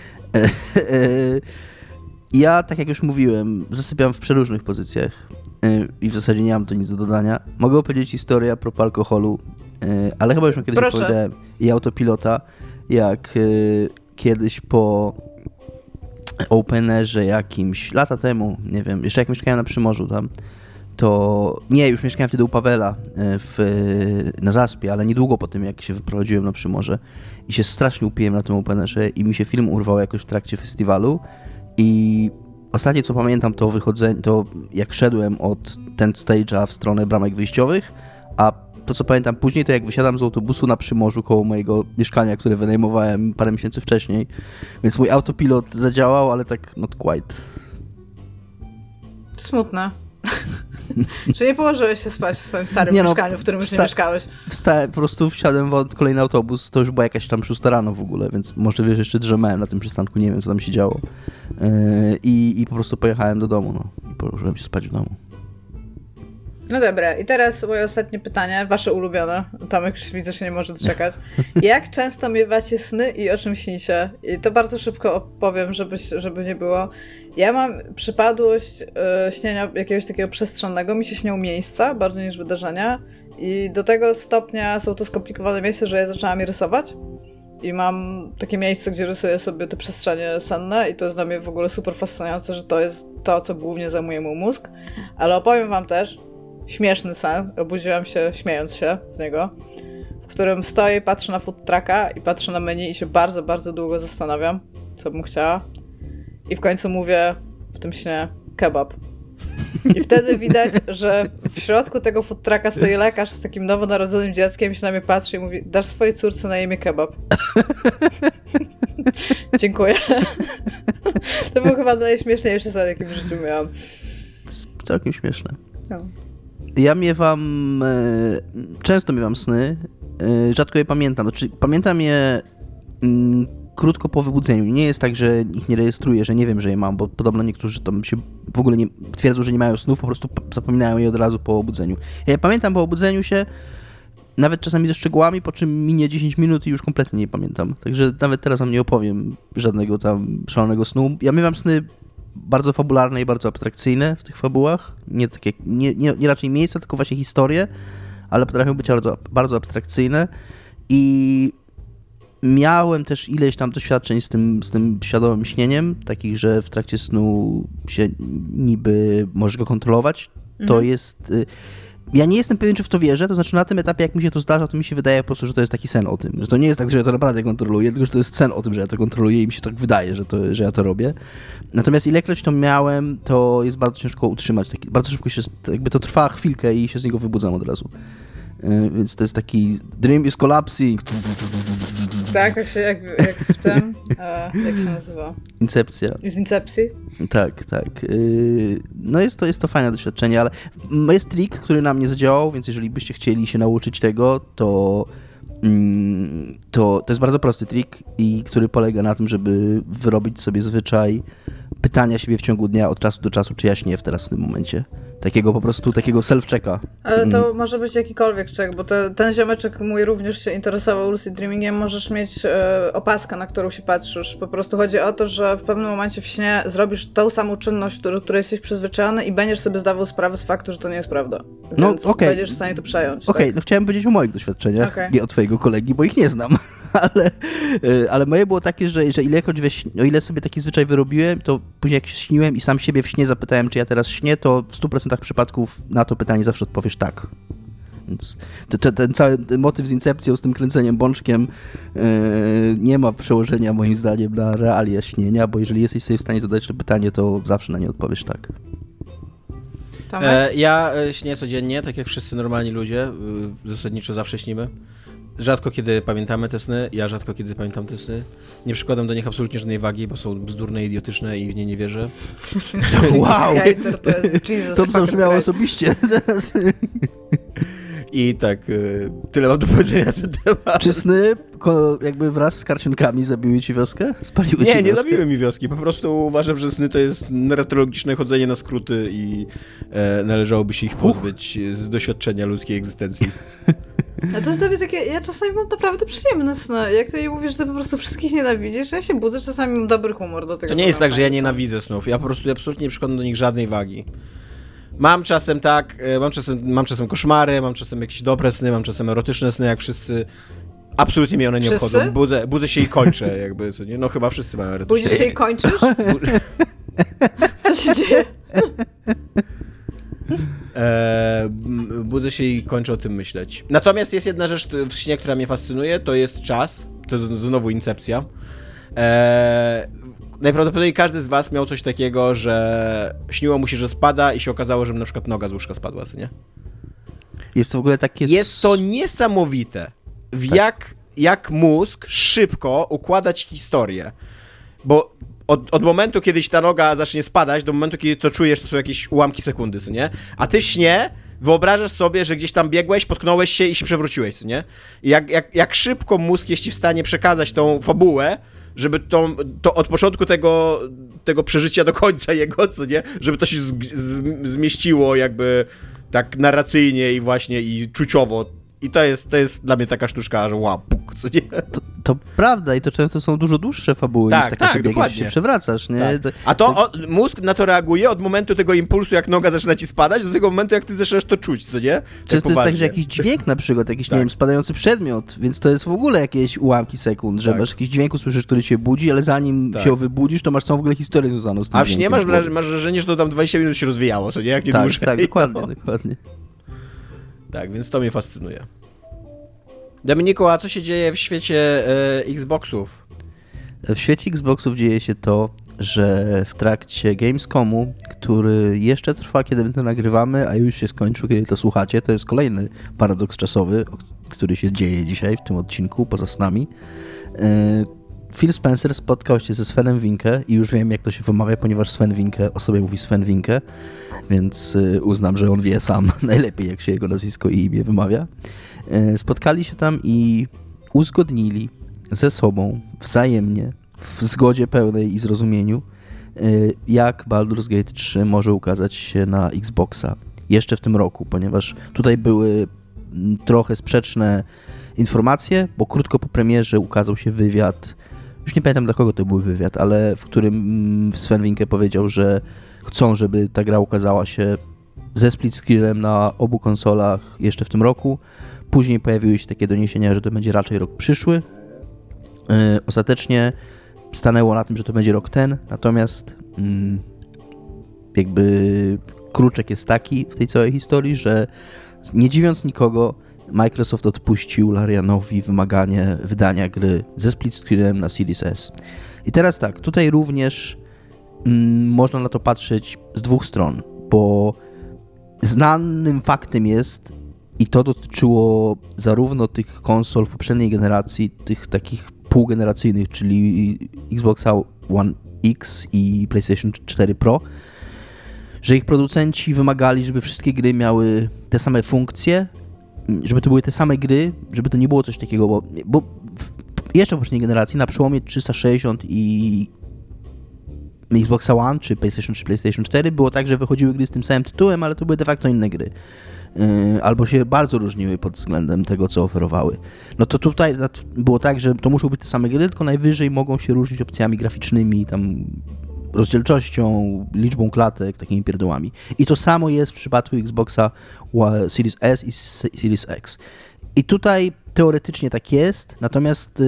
Ja, tak jak już mówiłem, zasypiam w przeróżnych pozycjach i w zasadzie nie mam tu nic do dodania. Mogę opowiedzieć historię a propos alkoholu, ale chyba już kiedyś opowiadałem, i autopilota, jak kiedyś po openerze jakimś, lata temu, nie wiem, jeszcze jak mieszkałem na Przymorzu tam, już mieszkałem wtedy u Pawela na Zaspie, ale niedługo po tym, jak się wyprowadziłem na Przymorze i się strasznie upiłem na tym openerze i mi się film urwał jakoś w trakcie festiwalu i ostatnie co pamiętam to to jak szedłem od tent stage'a w stronę bramek wyjściowych, a to co pamiętam później to jak wysiadam z autobusu na Przymorzu koło mojego mieszkania, które wynajmowałem parę miesięcy wcześniej, więc mój autopilot zadziałał, ale tak not quite. Smutne. Czy nie położyłeś się spać w swoim starym mieszkaniu, w którym już nie mieszkałeś? Wstałem, po prostu wsiadłem w kolejny autobus, to już była jakaś tam 6 rano w ogóle, więc może wiesz, jeszcze drzemałem na tym przystanku, nie wiem co tam się działo. I po prostu pojechałem do domu, i położyłem się spać w domu. No dobra, i teraz moje ostatnie pytanie, wasze ulubione. Tomek już widzę, że nie może doczekać. Jak często miewacie sny i o czym śnicie? I to bardzo szybko opowiem, żeby nie było. Ja mam przypadłość śnienia jakiegoś takiego przestrzennego. Mi się śnią miejsca bardziej niż wydarzenia. I do tego stopnia są to skomplikowane miejsca, że ja zaczęłam je rysować. I mam takie miejsce, gdzie rysuję sobie te przestrzenie senne i to jest dla mnie w ogóle super fascynujące, że to jest to, co głównie zajmuje mój mózg. Ale opowiem wam też śmieszny sen. Obudziłam się śmiejąc się z niego, w którym stoję, patrzę na food trucka i patrzę na menu i się bardzo, bardzo długo zastanawiam, co bym chciała. I w końcu mówię w tym śnie kebab. I wtedy widać, że w środku tego food trucka stoi lekarz z takim nowonarodzonym dzieckiem i się na mnie patrzy i mówi: dasz swojej córce na imię kebab. Dziękuję. To był chyba najśmieszniejszy sen, jaki w życiu miałam. Całkiem śmieszne. No. Ja często miewam sny, rzadko je pamiętam. Znaczy, pamiętam je krótko po wybudzeniu. Nie jest tak, że ich nie rejestruję, że nie wiem, że je mam, bo podobno niektórzy tam się w ogóle nie twierdzą, że nie mają snów, po prostu zapominają je od razu po obudzeniu. Ja je pamiętam po obudzeniu się, nawet czasami ze szczegółami, po czym minie 10 minut i już kompletnie nie pamiętam. Także nawet teraz wam nie opowiem żadnego tam szalonego snu. Ja miewam sny bardzo fabularne i bardzo abstrakcyjne w tych fabułach. Nie takie, nie raczej miejsca, tylko właśnie historie, ale potrafią być bardzo, bardzo abstrakcyjne. I Miałem też ileś tam doświadczeń z tym świadomym śnieniem, takich, że w trakcie snu się niby możesz go kontrolować. To jest... Ja nie jestem pewien, czy w to wierzę, to znaczy na tym etapie, jak mi się to zdarza, to mi się wydaje po prostu, że to jest taki sen o tym. Że to nie jest tak, że ja to naprawdę kontroluję, tylko że to jest sen o tym, że ja to kontroluję i mi się tak wydaje, że ja to robię. Natomiast ilekroć to miałem, to jest bardzo ciężko utrzymać. Bardzo szybko się, jakby to trwa chwilkę i się z niego wybudzam od razu. Więc to jest taki dream is collapsing. Tak jak w tym, jak się nazywa? Incepcja. Z Incepcji? Tak. No jest to fajne doświadczenie, ale jest trik, który na mnie zadziałał, więc jeżeli byście chcieli się nauczyć tego, to jest bardzo prosty trik, i który polega na tym, żeby wyrobić sobie zwyczaj pytania siebie w ciągu dnia od czasu do czasu, czy ja śnię teraz w tym momencie. Takiego self-checka. Ale to może być jakikolwiek check, bo ten ziomeczek mój również się interesował lucid dreamingiem. Możesz mieć opaskę, na którą się patrzysz. Po prostu chodzi o to, że w pewnym momencie w śnie zrobisz tą samą czynność, do której jesteś przyzwyczajony i będziesz sobie zdawał sprawę z faktu, że to nie jest prawda. Więc będziesz w stanie to przejąć. Okej, no chciałem powiedzieć o moich doświadczeniach, nie o twojego kolegi, bo ich nie znam. Ale moje było takie, że o ile sobie taki zwyczaj wyrobiłem, to później jak się śniłem i sam siebie w śnie zapytałem, czy ja teraz śnię, to w 100% przypadków na to pytanie zawsze odpowiesz tak. Więc ten cały motyw z Incepcją, z tym kręceniem bączkiem nie ma przełożenia moim zdaniem na realia śnienia, bo jeżeli jesteś sobie w stanie zadać to pytanie, to zawsze na nie odpowiesz tak. Ja śnię codziennie, tak jak wszyscy normalni ludzie, zasadniczo zawsze śnimy. Rzadko kiedy pamiętamy te sny, ja rzadko kiedy pamiętam te sny. Nie przykładam do nich absolutnie żadnej wagi, bo są bzdurne, idiotyczne i w nie nie wierzę. Wow! To zabrzmiało osobiście. I tak, tyle mam do powiedzenia na ten temat. Czy sny jakby wraz z karcionkami zabiły ci wioskę? Spaliły ci wioskę? Nie zabiły mi wioski. Po prostu uważam, że sny to jest narratologiczne chodzenie na skróty i należałoby się ich pozbyć z doświadczenia ludzkiej egzystencji. A to jest dla mnie takie, ja czasami mam naprawdę przyjemne sny. Jak ty mówisz, że ty po prostu wszystkich nienawidzisz, ja się budzę, czasami mam dobry humor do tego. To nie jest tak, że ja nienawidzę snów. Ja po prostu absolutnie nie przykładam do nich żadnej wagi. Mam czasem mam czasem koszmary, mam czasem jakieś dobre sny, mam czasem erotyczne sny, jak wszyscy. Absolutnie mnie one nie obchodzą. Budzę się i kończę, jakby, co nie? No chyba wszyscy mają erotyczne. Budzisz się i kończysz? Co się dzieje? Budzę się i kończę o tym myśleć. Natomiast jest jedna rzecz w śnie, która mnie fascynuje, to jest czas. To jest znowu Incepcja. Najprawdopodobniej każdy z was miał coś takiego, że śniło mu się, że spada i się okazało, że na przykład noga z łóżka spadła, co nie? Jest w ogóle takie... Jest to niesamowite, jak mózg szybko układa ci historię. Bo od momentu, kiedy ta noga zacznie spadać, do momentu, kiedy to czujesz, to są jakieś ułamki sekundy, co nie? A ty w śnie wyobrażasz sobie, że gdzieś tam biegłeś, potknąłeś się i się przewróciłeś, co nie? I jak szybko mózg jest ci w stanie przekazać tą fabułę, żeby to od początku tego przeżycia do końca jego, co nie? Żeby to się zmieściło jakby tak narracyjnie i właśnie i czuciowo. I to jest dla mnie taka sztuczka, że wow, puk, co nie? To prawda i to często są dużo dłuższe fabuły niż takie sobie biegniesz, się przewracasz, nie? Tak. A mózg na to reaguje od momentu tego impulsu, jak noga zaczyna ci spadać, do tego momentu, jak ty zaczynasz to czuć, co nie? Często jest tak, że jakiś dźwięk na przykład, jakiś, nie wiem, spadający przedmiot, więc to jest w ogóle jakieś ułamki sekund, że masz jakiś dźwięk, usłyszysz, który cię budzi, ale zanim się wybudzisz, to masz całą w ogóle historię związaną z tym. A w śnie masz wrażenie, że to tam 20 minut się rozwijało, co nie? Jak nie dłużej. Tak, dokładnie. Tak, więc to mnie fascynuje. Dominiku, a co się dzieje w świecie Xboxów? W świecie Xboxów dzieje się to, że w trakcie Gamescomu, który jeszcze trwa, kiedy my to nagrywamy, a już się skończył, kiedy to słuchacie, to jest kolejny paradoks czasowy, który się dzieje dzisiaj w tym odcinku, poza snami. Phil Spencer spotkał się ze Svenem Winke i już wiem, jak to się wymawia, ponieważ Sven Winke o sobie mówi Sven Winke, więc uznam, że on wie sam najlepiej, jak się jego nazwisko i imię wymawia. Spotkali się tam i uzgodnili ze sobą wzajemnie, w zgodzie pełnej i zrozumieniu, jak Baldur's Gate 3 może ukazać się na Xboxa jeszcze w tym roku, ponieważ tutaj były trochę sprzeczne informacje, bo krótko po premierze ukazał się wywiad, już nie pamiętam dla kogo to był wywiad, ale w którym Sven Winke powiedział, że chcą, żeby ta gra ukazała się ze split screenem na obu konsolach jeszcze w tym roku. Później pojawiły się takie doniesienia, że to będzie raczej rok przyszły, Ostatecznie stanęło na tym, że to będzie rok ten, natomiast jakby kruczek jest taki w tej całej historii, że nie dziwiąc nikogo, Microsoft odpuścił Larianowi wymaganie wydania gry ze split screenem na Series S. I teraz tak, tutaj również można na to patrzeć z dwóch stron, bo znanym faktem jest, i to dotyczyło zarówno tych konsol w poprzedniej generacji, tych takich półgeneracyjnych, czyli Xboxa One X i PlayStation 4 Pro, że ich producenci wymagali, żeby wszystkie gry miały te same funkcje, żeby to były te same gry, żeby to nie było coś takiego, bo jeszcze w poprzedniej generacji, na przełomie 360 i Xboxa One, czy PlayStation 3, PlayStation 4, było tak, że wychodziły gry z tym samym tytułem, ale to były de facto inne gry. Albo się bardzo różniły pod względem tego, co oferowały. No to tutaj było tak, że to muszą być te same gry, tylko najwyżej mogą się różnić opcjami graficznymi, tam rozdzielczością, liczbą klatek, takimi pierdołami. I to samo jest w przypadku Xboxa Series S i Series X. I tutaj teoretycznie tak jest, natomiast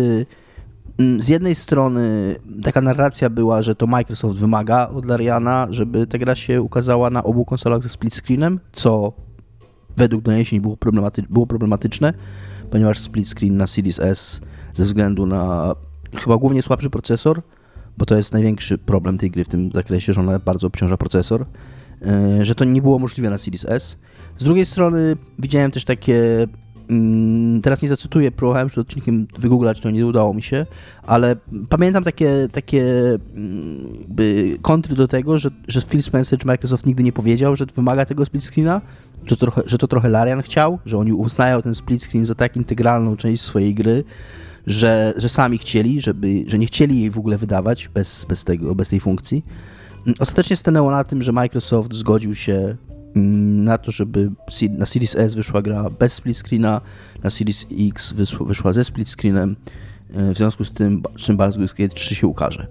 z jednej strony taka narracja była, że to Microsoft wymaga od Lariana, żeby ta gra się ukazała na obu konsolach ze split screenem, co według doniesień było problematyczne, ponieważ split screen na Series S ze względu na chyba głównie słabszy procesor, bo to jest największy problem tej gry w tym zakresie, że ona bardzo obciąża procesor, że to nie było możliwe na Series S. Z drugiej strony widziałem też takie, teraz nie zacytuję, próbowałem przed odcinkiem wygooglać, to nie udało mi się, ale pamiętam takie kontry do tego, że Phil Spencer czy Microsoft nigdy nie powiedział, że wymaga tego split screena, że to trochę Larian chciał, że oni uznają ten split screen za tak integralną część swojej gry, że sami chcieli, że nie chcieli jej w ogóle wydawać bez tej funkcji. Ostatecznie stanęło na tym, że Microsoft zgodził się na to, żeby na Series S wyszła gra bez split screena, na Series X wyszła ze split screenem, w związku z tym Baldur's Gate 3 się ukaże.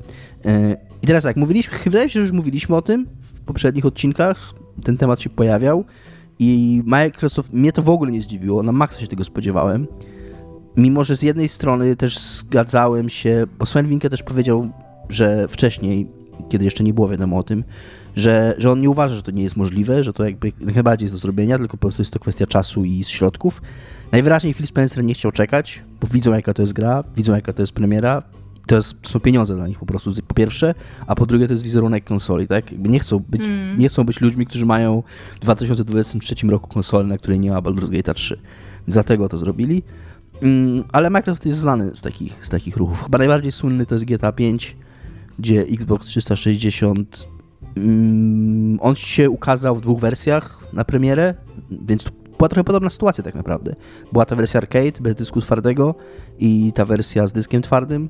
I teraz tak, wydaje mi się, że już mówiliśmy o tym w poprzednich odcinkach, ten temat się pojawiał i Microsoft, mnie to w ogóle nie zdziwiło, na maksa się tego spodziewałem, mimo że z jednej strony też zgadzałem się, bo Sven Winke też powiedział, że wcześniej, kiedy jeszcze nie było wiadomo o tym, że on nie uważa, że to nie jest możliwe, że to jakby najbardziej jest do zrobienia, tylko po prostu jest to kwestia czasu i środków. Najwyraźniej Phil Spencer nie chciał czekać, bo widzą, jaka to jest gra, widzą, jaka to jest premiera. To są pieniądze dla nich po prostu, po pierwsze, a po drugie to jest wizerunek konsoli, tak? Jakby nie chcą być ludźmi, którzy mają w 2023 roku konsolę, na której nie ma Baldur's Gate 3. Dlatego to zrobili. Ale Microsoft jest znany z takich ruchów. Chyba najbardziej słynny to jest GTA 5, gdzie Xbox 360 on się ukazał w dwóch wersjach na premierę, więc była trochę podobna sytuacja tak naprawdę. Była ta wersja arcade bez dysku twardego i ta wersja z dyskiem twardym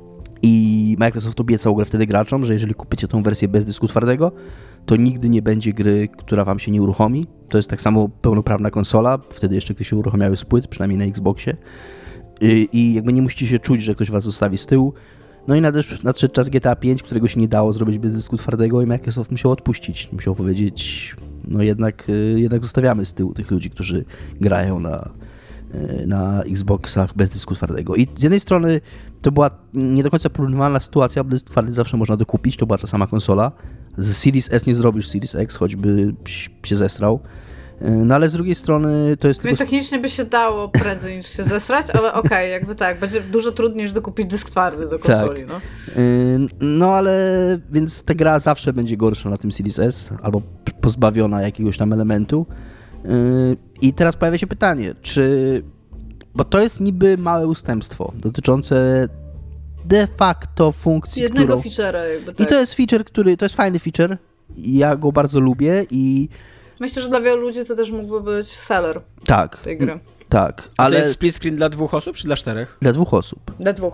i Microsoft obiecał grę wtedy graczom, że jeżeli kupicie tą wersję bez dysku twardego, to nigdy nie będzie gry, która wam się nie uruchomi. To jest tak samo pełnoprawna konsola, wtedy jeszcze gdy się uruchamiały z płyt, przynajmniej na Xboxie. I jakby nie musicie się czuć, że ktoś was zostawi z tyłu. No i nadszedł czas GTA 5, którego się nie dało zrobić bez dysku twardego i Microsoft musiał odpuścić. Musiał powiedzieć, no jednak zostawiamy z tyłu tych ludzi, którzy grają na Xboxach bez dysku twardego. I z jednej strony to była nie do końca porównywalna sytuacja, bo dysk twardy zawsze można dokupić, to była ta sama konsola. Z Series S nie zrobisz Series X, choćby się zestrał. No ale z drugiej strony to jest tylko... Technicznie by się dało prędzej niż się zesrać, ale okej, jakby tak, będzie dużo trudniej niż dokupić dysk twardy do konsoli. Tak. No ale więc ta gra zawsze będzie gorsza na tym Series S, albo pozbawiona jakiegoś tam elementu. I teraz pojawia się pytanie, bo to jest niby małe ustępstwo dotyczące de facto funkcji, jednego feature'a jakby tak. I to jest feature, to jest fajny feature, ja go bardzo lubię i myślę, że dla wielu ludzi to też mógłby być seller tej gry. Tak, ale... to jest split screen dla 2 osób, czy dla 4? Dla 2 osób. Dla 2.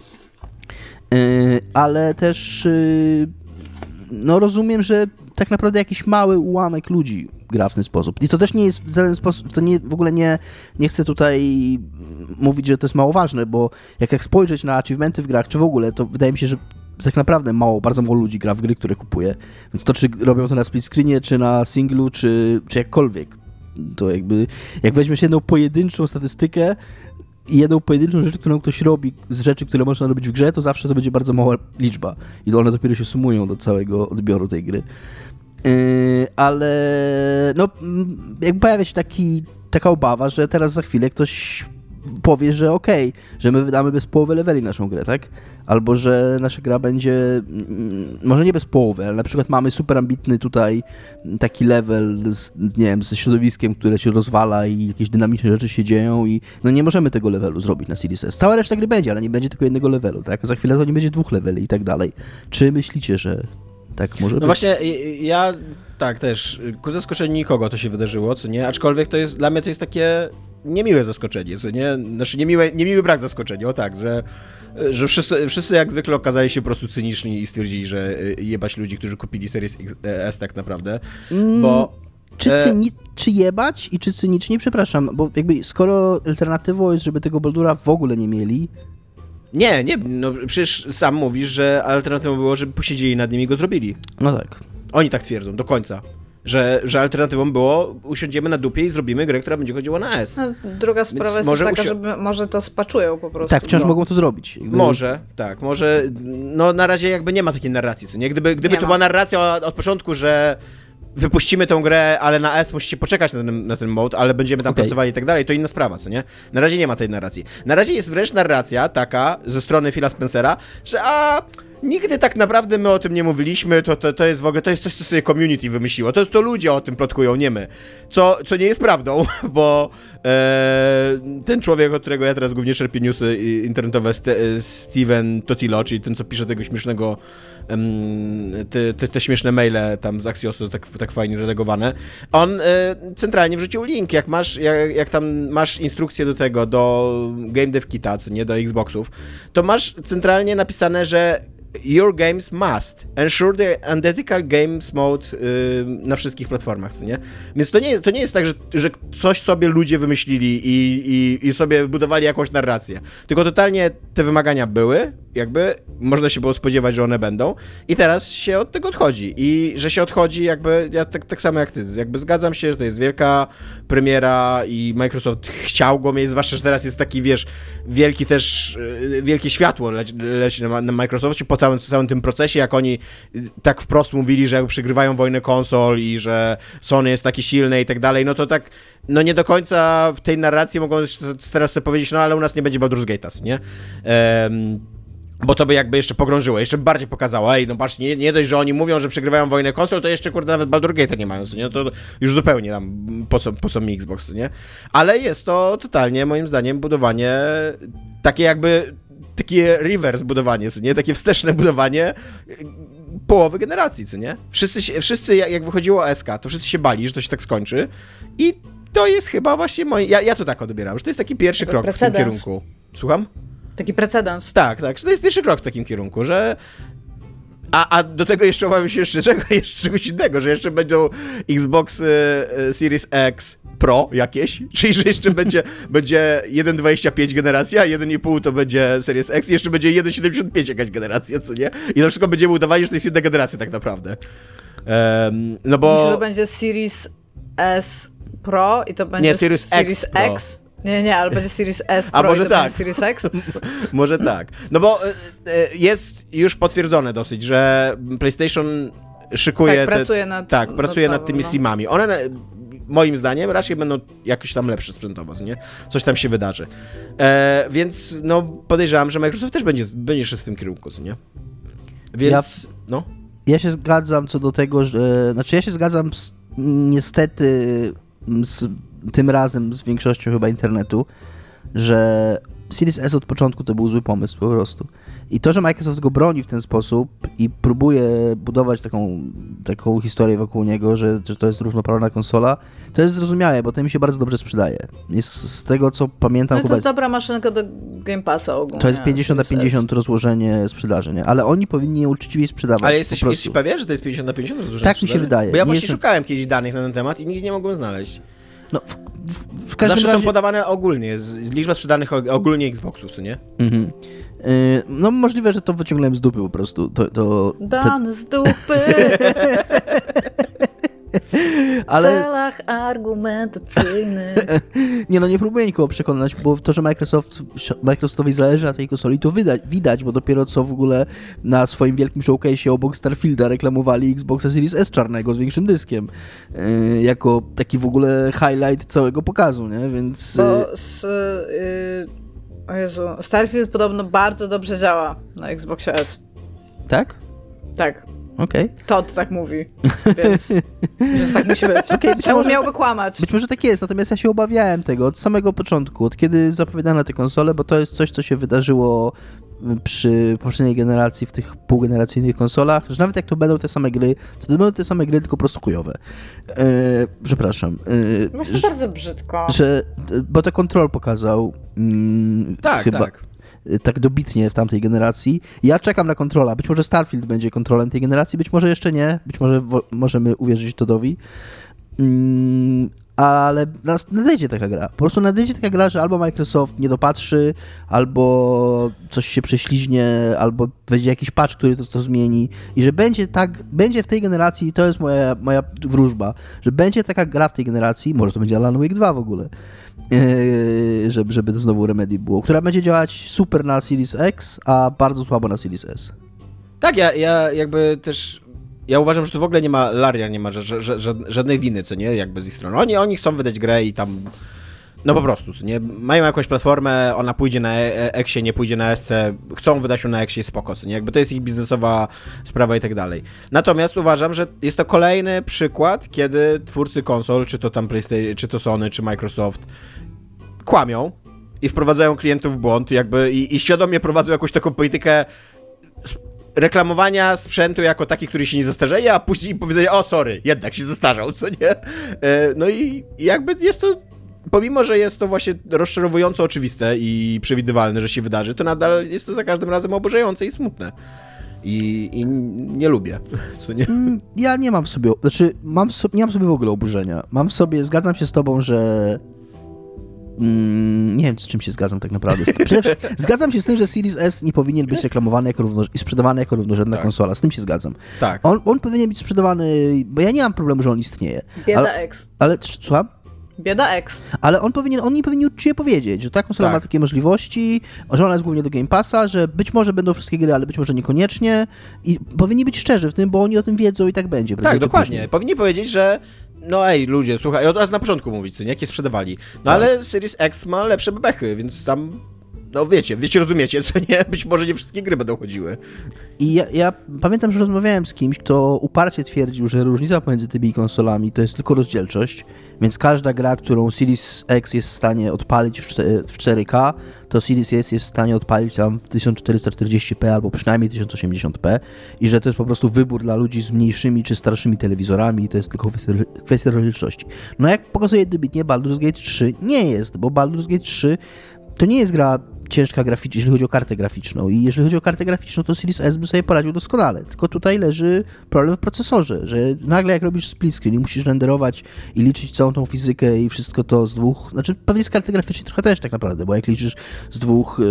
Ale też no rozumiem, że tak naprawdę jakiś mały ułamek ludzi gra w ten sposób. I to też nie jest w żaden sposób, to nie, w ogóle nie chcę tutaj mówić, że to jest mało ważne, bo jak spojrzeć na achievementy w grach, czy w ogóle, to wydaje mi się, że tak naprawdę bardzo mało ludzi gra w gry, które kupuje. Więc to, czy robią to na split screenie, czy na singlu, czy jakkolwiek, to jakby, jak weźmiesz jedną pojedynczą statystykę jedną pojedynczą rzecz, którą ktoś robi z rzeczy, które można robić w grze, to zawsze to będzie bardzo mała liczba i one dopiero się sumują do całego odbioru tej gry. Ale no, jakby pojawia się taka obawa, że teraz za chwilę ktoś powie, że okej, że my wydamy bez połowy leveli naszą grę, tak? Albo, że nasza gra będzie, może nie bez połowy, ale na przykład mamy super ambitny tutaj taki level, nie wiem, ze środowiskiem, które się rozwala i jakieś dynamiczne rzeczy się dzieją i no nie możemy tego levelu zrobić na Series S. Cała reszta gry będzie, ale nie będzie tylko jednego levelu, tak? Za chwilę to nie będzie 2 leveli i tak dalej. Czy myślicie, że tak może być? No właśnie, ja tak też, ku zaskoczeniu nikogo to się wydarzyło, co nie? Aczkolwiek to jest, dla mnie to jest takie niemiłe zaskoczenie, co nie? Znaczy niemiły brak zaskoczenia, o tak, że wszyscy jak zwykle okazali się po prostu cyniczni i stwierdzili, że jebać ludzi, którzy kupili Series S tak naprawdę, bo... Czy jebać i czy cynicznie? Przepraszam, bo jakby skoro alternatywą jest, żeby tego Baldura w ogóle nie mieli... Nie, no przecież sam mówisz, że alternatywą było, żeby posiedzieli nad nimi i go zrobili. No tak. Oni tak twierdzą, do końca. Że alternatywą było, usiądziemy na dupie i zrobimy grę, która będzie chodziła na S. No, druga sprawa jest też taka, że może to spaczują po prostu. Tak, wciąż mogą to zrobić. Jakby... Może, no na razie jakby nie ma takiej narracji, co nie? Gdyby to była narracja od początku, że wypuścimy tę grę, ale na S musicie poczekać na ten mode, ale będziemy tam pracowali i tak dalej, to inna sprawa, co nie? Na razie nie ma tej narracji. Na razie jest wręcz narracja taka ze strony Phila Spencera, że nigdy tak naprawdę my o tym nie mówiliśmy, to jest w ogóle, to jest coś, co sobie community wymyśliło, to ludzie o tym plotkują, nie my. Co nie jest prawdą, bo ten człowiek, od którego ja teraz głównie czerpię newsy internetowe, Steven Totilo, czyli ten, co pisze tego śmiesznego, te śmieszne maile tam z Axiosu, tak fajnie redagowane, on centralnie wrzucił link, jak tam masz instrukcję do tego, do Game Dev Kita, co nie, do Xboxów, to masz centralnie napisane, że your games must ensure the identical games mode na wszystkich platformach, co nie? Więc to nie jest tak, że coś sobie ludzie wymyślili i sobie budowali jakąś narrację. Tylko totalnie te wymagania były, jakby można się było spodziewać, że one będą i teraz się od tego odchodzi. I że się odchodzi jakby, ja tak samo jak ty, jakby zgadzam się, że to jest wielka premiera i Microsoft chciał go mieć, zwłaszcza, że teraz jest taki, wiesz, wielkie światło leci na Microsoftie po całym tym procesie, jak oni tak wprost mówili, że przegrywają wojnę konsol i że Sony jest takie silne i tak dalej, no to tak, no nie do końca w tej narracji mogą teraz sobie powiedzieć, no ale u nas nie będzie Baldur's Gate'a, nie? Bo to by jakby jeszcze pogrążyło, jeszcze bardziej pokazało, no patrz, nie dość, że oni mówią, że przegrywają wojnę konsol, to jeszcze kurde nawet Baldur's Gate'a nie mają, nie? To już zupełnie tam, po co mi Xbox, nie? Ale jest to totalnie, moim zdaniem, budowanie takie jakby, takie reverse budowanie, nie? Takie wsteczne budowanie połowy generacji, co nie? Wszyscy jak wychodziło SK, to wszyscy się bali, że to się tak skończy i to jest chyba właśnie ja to tak odbieram, że to jest taki pierwszy krok w tym kierunku. Słucham? Taki precedens. Tak, że to jest pierwszy krok w takim kierunku, że... A do tego jeszcze obawiam się jeszcze czegoś innego, że jeszcze będą Xbox Series X Pro jakieś, czyli że jeszcze będzie 1.25 generacja, 1.5 to będzie Series X i jeszcze będzie 1.75 jakaś generacja, co nie? I na przykład będziemy udawali, że to jest jedna generacja tak naprawdę. No bo... Myślę, że będzie Series S Pro i to będzie Series X. Nie, ale będzie Series S Pro. A może tak. Series X? Może tak. No bo jest już potwierdzone dosyć, że PlayStation szykuje... pracuje nad tymi slimami. One, moim zdaniem, raczej będą jakoś tam lepsze sprzętowo, nie? Coś tam się wydarzy. Więc no podejrzewam, że Microsoft też będzie szedł w tym kierunku, nie? Więc, Ja się zgadzam co do tego, że... Znaczy ja się zgadzam niestety tym razem z większością chyba internetu, że Series S od początku to był zły pomysł po prostu. I to, że Microsoft go broni w ten sposób i próbuje budować taką historię wokół niego, że to jest równoprawna konsola, to jest zrozumiałe, bo to mi się bardzo dobrze sprzedaje. Jest z tego, co pamiętam... No to jest dobra maszynka do Game Passa ogólnie. To jest 50/50 rozłożenie sprzedaży, nie? Ale oni powinni je uczciwie sprzedawać. Ale jesteś pewien, że to jest 50/50 rozłożenie tak sprzedaży? Mi się wydaje. Bo ja właśnie szukałem kiedyś danych na ten temat i nigdzie nie mogłem znaleźć. No, w każdym Zawsze razie... są podawane ogólnie, liczba sprzedanych ogólnie Xboxów, co nie? Mhm. No możliwe, że to wyciągnąłem z dupy po prostu. Dan z dupy! Ale... W celach argumentacyjnych. Nie no, nie próbuję nikogo przekonać, bo to, że Microsoftowi zależy na tej konsoli, to widać, bo dopiero co w ogóle na swoim wielkim showcase'ie obok Starfielda reklamowali Xboxa Series S czarnego z większym dyskiem. Jako taki w ogóle highlight całego pokazu, nie? Więc... Bo o Jezu, Starfield podobno bardzo dobrze działa na Xboxie S. Tak? Tak. Okej. Todd tak mówi, więc tak musi być. Czemu miałby kłamać? Być może tak jest, natomiast ja się obawiałem tego od samego początku, od kiedy zapowiadano tę konsolę, bo to jest coś, co się wydarzyło przy poprzedniej generacji w tych półgeneracyjnych konsolach, że nawet jak to będą te same gry, to będą te same gry, tylko po prostu chujowe. Przepraszam. Właśnie bardzo brzydko. Bo to Control pokazał Tak, chyba. Tak dobitnie w tamtej generacji. Ja czekam na Controla. Być może Starfield będzie kontrolem tej generacji, być może jeszcze nie. Być może możemy uwierzyć Toddowi. Ale nadejdzie taka gra. Po prostu nadejdzie taka gra, że albo Microsoft nie dopatrzy, albo coś się prześliźnie, albo będzie jakiś patch, który to zmieni. I że będzie w tej generacji, to jest moja wróżba, że będzie taka gra w tej generacji, może to będzie Alan Wake 2 w ogóle, żeby to znowu Remedy było, która będzie działać super na Series X, a bardzo słabo na Series S. Tak, ja jakby też... Ja uważam, że tu w ogóle nie ma, Laria nie ma żadnej winy, co nie, jakby z ich strony. Oni chcą wydać grę i tam, no po prostu, co nie, mają jakąś platformę, ona pójdzie na Exie, nie pójdzie na SC, chcą wydać ją na Exie, spoko, co nie, jakby to jest ich biznesowa sprawa i tak dalej. Natomiast uważam, że jest to kolejny przykład, kiedy twórcy konsol, czy to tam PlayStation, czy to Sony, czy Microsoft, kłamią i wprowadzają klientów w błąd, jakby i świadomie prowadzą jakąś taką politykę reklamowania sprzętu jako taki, który się nie zastarzeje, a później powiedzenie, o sorry, jednak się zastarzał, co nie? No i jakby jest to, pomimo że jest to właśnie rozczarowująco oczywiste i przewidywalne, że się wydarzy, to nadal jest to za każdym razem oburzające i smutne. I nie lubię, co nie? Ja nie mam w sobie, nie mam w sobie w ogóle oburzenia. Mam w sobie, zgadzam się z tobą, że nie wiem, z czym się zgadzam tak naprawdę. Zgadzam się z tym, że Series S nie powinien być reklamowany i sprzedawany jako równorzędna konsola. Z tym się zgadzam. Tak. On powinien być sprzedawany, bo ja nie mam problemu, że on istnieje. Bieda X. Ale słucham? Bieda X. Ale oni nie powinni uczciwie powiedzieć, że ta konsola ma takie możliwości, że ona jest głównie do Game Passa, że być może będą wszystkie gry, ale być może niekoniecznie i powinni być szczerzy w tym, bo oni o tym wiedzą i tak będzie. Tak, dokładnie. Później. Powinni powiedzieć, że no ej, ludzie, słuchaj, od razu na początku mówić, co nie, jakie sprzedawali. No tak. Ale Series X ma lepsze bebechy, więc tam, no wiecie, rozumiecie, co nie? Być może nie wszystkie gry będą chodziły. I ja pamiętam, że rozmawiałem z kimś, kto uparcie twierdził, że różnica pomiędzy tymi konsolami to jest tylko rozdzielczość, więc każda gra, którą Series X jest w stanie odpalić w 4K, to Series S jest w stanie odpalić tam w 1440p albo przynajmniej 1080p i że to jest po prostu wybór dla ludzi z mniejszymi czy starszymi telewizorami i to jest tylko kwestia rozdzielczości. No jak pokazuje dobitnie, Baldur's Gate 3 nie jest, bo Baldur's Gate 3 to nie jest gra ciężka graficznie, jeżeli chodzi o kartę graficzną. I jeżeli chodzi o kartę graficzną, to Series S by sobie poradził doskonale. Tylko tutaj leży problem w procesorze, że nagle jak robisz split screen i musisz renderować i liczyć całą tą fizykę i wszystko to z dwóch... Znaczy pewnie z karty graficznej trochę też tak naprawdę, bo jak liczysz z dwóch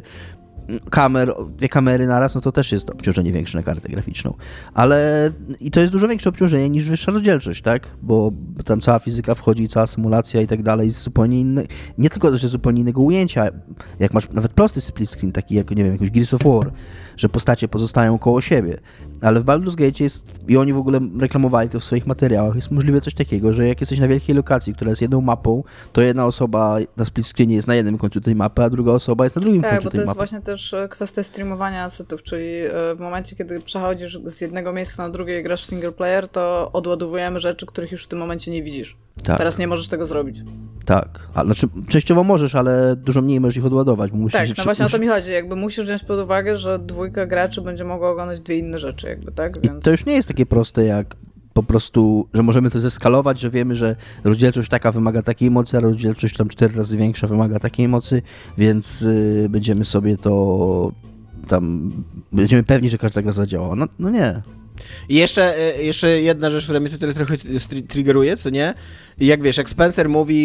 dwie kamery naraz, no to też jest obciążenie większe na kartę graficzną. Ale i to jest dużo większe obciążenie niż wyższa rozdzielczość, tak? Bo tam cała fizyka wchodzi, cała symulacja i tak dalej, jest zupełnie inne, nie tylko, że zupełnie innego ujęcia, jak masz nawet prosty split screen, taki jak, nie wiem, jakiś Gears of War, że postacie pozostają koło siebie. Ale w Baldur's Gate jest, i oni w ogóle reklamowali to w swoich materiałach, jest możliwe coś takiego, że jak jesteś na wielkiej lokacji, która jest jedną mapą, to jedna osoba na split screenie jest na jednym końcu tej mapy, a druga osoba jest na drugim końcu tej mapy. Tak, bo to jest właśnie też kwestia streamowania asetów, czyli w momencie, kiedy przechodzisz z jednego miejsca na drugie i grasz w single player, to odładowujemy rzeczy, których już w tym momencie nie widzisz. Tak. Teraz nie możesz tego zrobić. Tak, znaczy częściowo możesz, ale dużo mniej możesz ich odładować. Bo musisz, tak, no właśnie o to mi chodzi. Jakby musisz wziąć pod uwagę, że dwójka graczy będzie mogła oglądać dwie inne rzeczy, jakby, tak? Więc... I to już nie jest takie proste jak po prostu, że możemy to zeskalować, że wiemy, że rozdzielczość taka wymaga takiej mocy, a rozdzielczość tam 4 razy większa wymaga takiej mocy, więc będziemy sobie to tam, będziemy pewni, że każda gra zadziała. No nie. I jeszcze jedna rzecz, która mnie tutaj trochę triggeruje, co nie? Jak wiesz, jak Spencer mówi,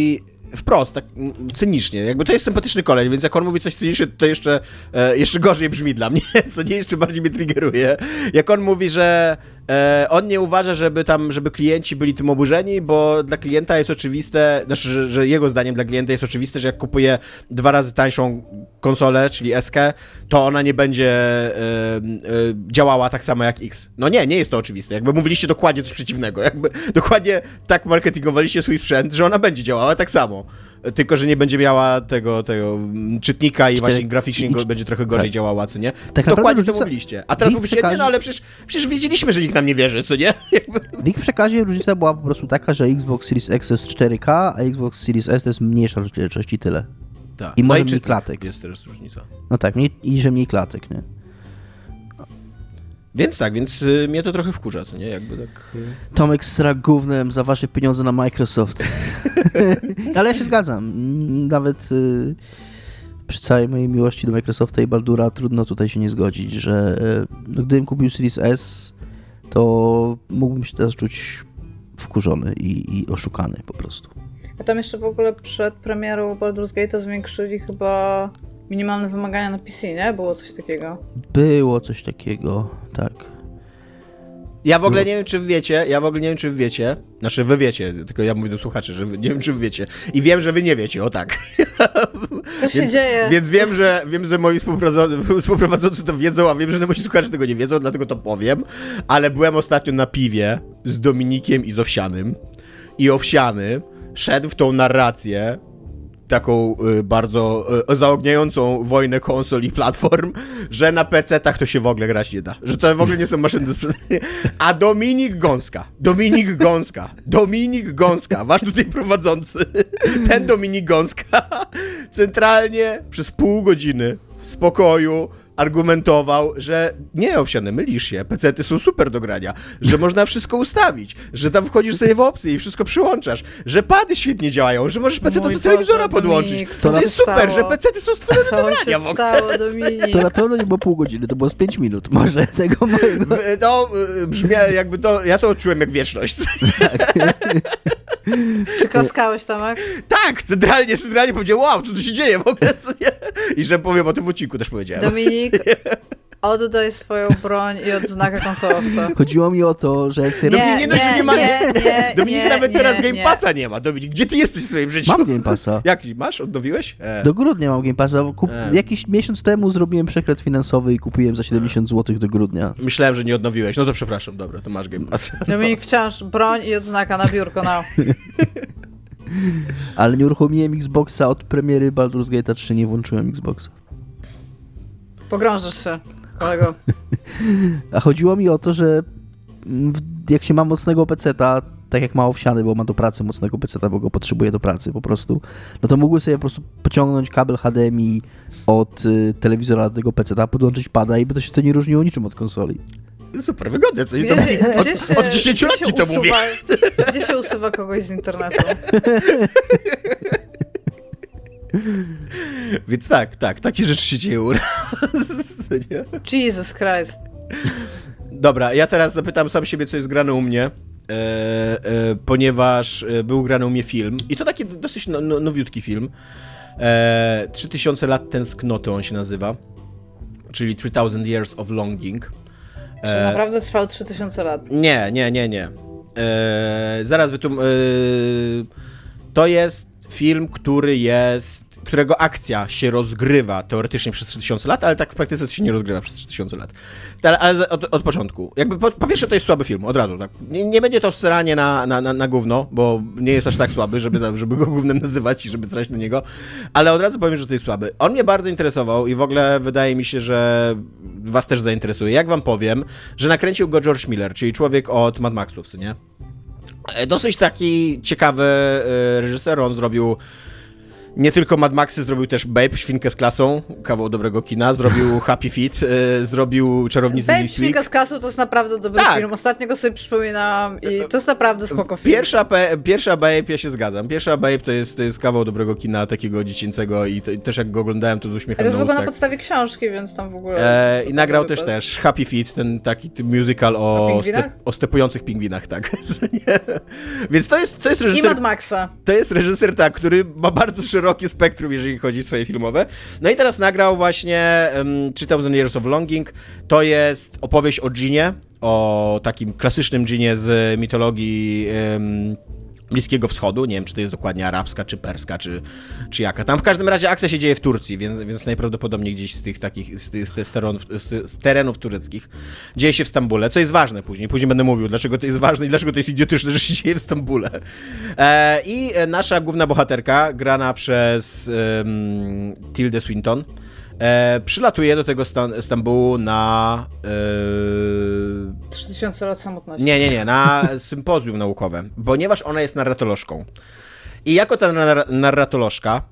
wprost, tak cynicznie. Jakby to jest sympatyczny koleś, więc jak on mówi coś cynicznie, to jeszcze gorzej brzmi dla mnie, co nie jeszcze bardziej mnie triggeruje. Jak on mówi, że on nie uważa, żeby klienci byli tym oburzeni, bo dla klienta jest oczywiste, znaczy, że jego zdaniem dla klienta jest oczywiste, że jak kupuje 2 razy tańszą konsolę, czyli S-kę, to ona nie będzie działała tak samo jak X. No nie jest to oczywiste. Jakby mówiliście dokładnie coś przeciwnego. Jakby dokładnie tak marketingowaliście swój sprzęt, że ona będzie działała tak samo. Tylko, że nie będzie miała tego czytnika i właśnie graficznie będzie trochę gorzej działała, co nie? Tak dokładnie to mówiliście. A teraz mówicie, nie, no ale przecież wiedzieliśmy, że nikt nam nie wierzy, co nie? W ich przekazie różnica była po prostu taka, że Xbox Series X jest 4K, a Xbox Series S to jest mniejsza rozdzielczość i tyle. Tak. I może mniej klatek. Jest teraz różnica. No tak, mniej klatek, nie? Więc mnie to trochę wkurza, co nie? Jakby tak... Tomek sra gównem za wasze pieniądze na Microsoft. Ale ja się zgadzam. Nawet przy całej mojej miłości do Microsofta i Baldura trudno tutaj się nie zgodzić, że gdybym kupił Series S, to mógłbym się teraz czuć wkurzony i oszukany po prostu. A tam jeszcze w ogóle przed premierą Baldur's Gate'a zwiększyli chyba minimalne wymagania na PC, nie? Było coś takiego. Było coś takiego, tak. Ja w ogóle nie wiem, czy wy wiecie, znaczy wy wiecie, tylko ja mówię do słuchaczy, że nie wiem, czy wy wiecie. I wiem, że wy nie wiecie, o tak. Co się dzieje? Więc wiem, że moi współprowadzący to wiedzą, a wiem, że moi słuchacze tego nie wiedzą, dlatego to powiem. Ale byłem ostatnio na piwie z Dominikiem i z Owsianym. I Owsiany szedł w tą narrację, taką bardzo zaogniającą wojnę konsol i platform, że na PC-tach to się w ogóle grać nie da. Że to w ogóle nie są maszyny do sprzedania. A Dominik Gąska, wasz tutaj prowadzący, ten Dominik Gąska, centralnie przez pół godziny w spokoju argumentował, że nie, Owsiany, mylisz się, PC-ty są super do grania, że można wszystko ustawić, że tam wchodzisz sobie w opcje i wszystko przyłączasz, że pady świetnie działają, że możesz PC-ta do telewizora podłączyć. Dominik, to jest super, że PC-ty są stworzone do grania w ogóle. Dominik? To na pewno nie było pół godziny, to było z 5 minut może tego mojego. No, brzmi jakby to, ja to odczułem jak wieczność. Czy klaskałeś, Tomek? Tak, centralnie powiedział, wow, co tu się dzieje w ogóle, co nie? I że powiem o tym w odcinku też powiedziałem. Dominik, oddaj swoją broń i odznakę konsolowca. Chodziło mi o to, że jak sobie... Dominik nawet teraz Game Passa nie ma. Dominik, gdzie ty jesteś w swoim życiu? Mam Game Passa. Jaki masz? Odnowiłeś? Do grudnia mam Game Passa. Jakiś miesiąc temu zrobiłem przekręt finansowy i kupiłem za 70 zł do grudnia. Myślałem, że nie odnowiłeś. No to przepraszam, dobra, to masz Game Passa. Dominik, wciąż broń i odznaka na biurko, no. Ale nie uruchomiłem Xboxa od premiery Baldur's Gate'a 3, nie włączyłem Xboxa. Pogrążysz się, kolego. A chodziło mi o to, że jak się ma mocnego peceta, tak jak ma Owsiany, bo ma do pracy mocnego peceta, bo go potrzebuje do pracy po prostu, no to mógłby sobie po prostu pociągnąć kabel HDMI od telewizora do tego peceta, podłączyć pada i by to się to nie różniło niczym od konsoli. Super wygodne, co od 10 lat ci to mówię. Gdzie się usuwa kogoś z internetu? Więc tak, takie rzeczy się dzieją. Jesus Christ. Dobra, ja teraz zapytam sam siebie, co jest grane u mnie, ponieważ był grany u mnie film i to taki dosyć nowiutki film. 3000 lat tęsknoty on się nazywa, czyli 3000 Years of Longing. Czy naprawdę trwał 3000 lat? Nie. Zaraz to jest film, którego akcja się rozgrywa teoretycznie przez 3000 lat, ale tak w praktyce to się nie rozgrywa przez 3000 lat. Ale od początku. Jakby po pierwsze to jest słaby film, od razu. Tak. Nie będzie to sranie na gówno, bo nie jest aż tak słaby, żeby go gównem nazywać i żeby srać na niego, ale od razu powiem, że to jest słaby. On mnie bardzo interesował i w ogóle wydaje mi się, że was też zainteresuje. Jak wam powiem, że nakręcił go George Miller, czyli człowiek od Mad Maxów, co nie? Dosyć taki ciekawy reżyser, on zrobił Nie tylko Mad Maxy, zrobił też Babe, Świnkę z klasą, kawał dobrego kina, zrobił Happy Feet, zrobił Czarownicy z Babe, Eastwick. Świnka z klasą to jest naprawdę dobry film. Ostatnio go sobie przypominam i to jest naprawdę spoko film. Pierwsza Babe, ja się zgadzam. Pierwsza Babe to jest kawał dobrego kina, takiego dziecięcego i też jak go oglądałem, to z uśmiechem to jest na w ogóle ustach. na podstawie książki, więc tam w ogóle... I nagrał też Happy Feet, ten taki musical o stepujących pingwinach, tak. Więc to jest reżyser... I Mad Maxa. To jest reżyser, tak, który ma bardzo szerokie spektrum, jeżeli chodzi o swoje filmowe. No i teraz nagrał właśnie 3000 Years of Longing. To jest opowieść o dżinie, o takim klasycznym dżinie z mitologii Bliskiego Wschodu. Nie wiem, czy to jest dokładnie arabska, czy perska, czy jaka. Tam w każdym razie akcja się dzieje w Turcji, więc najprawdopodobniej gdzieś z tych takich, z terenów tureckich. Dzieje się w Stambule, co jest ważne później. Później będę mówił, dlaczego to jest ważne i dlaczego to jest idiotyczne, że się dzieje w Stambule. I nasza główna bohaterka, grana przez Tildę Swinton, przylatuje do tego Stambułu na... 3000 lat samotności. Nie, na sympozjum naukowe, ponieważ ona jest narratolożką. I jako ta narratolożka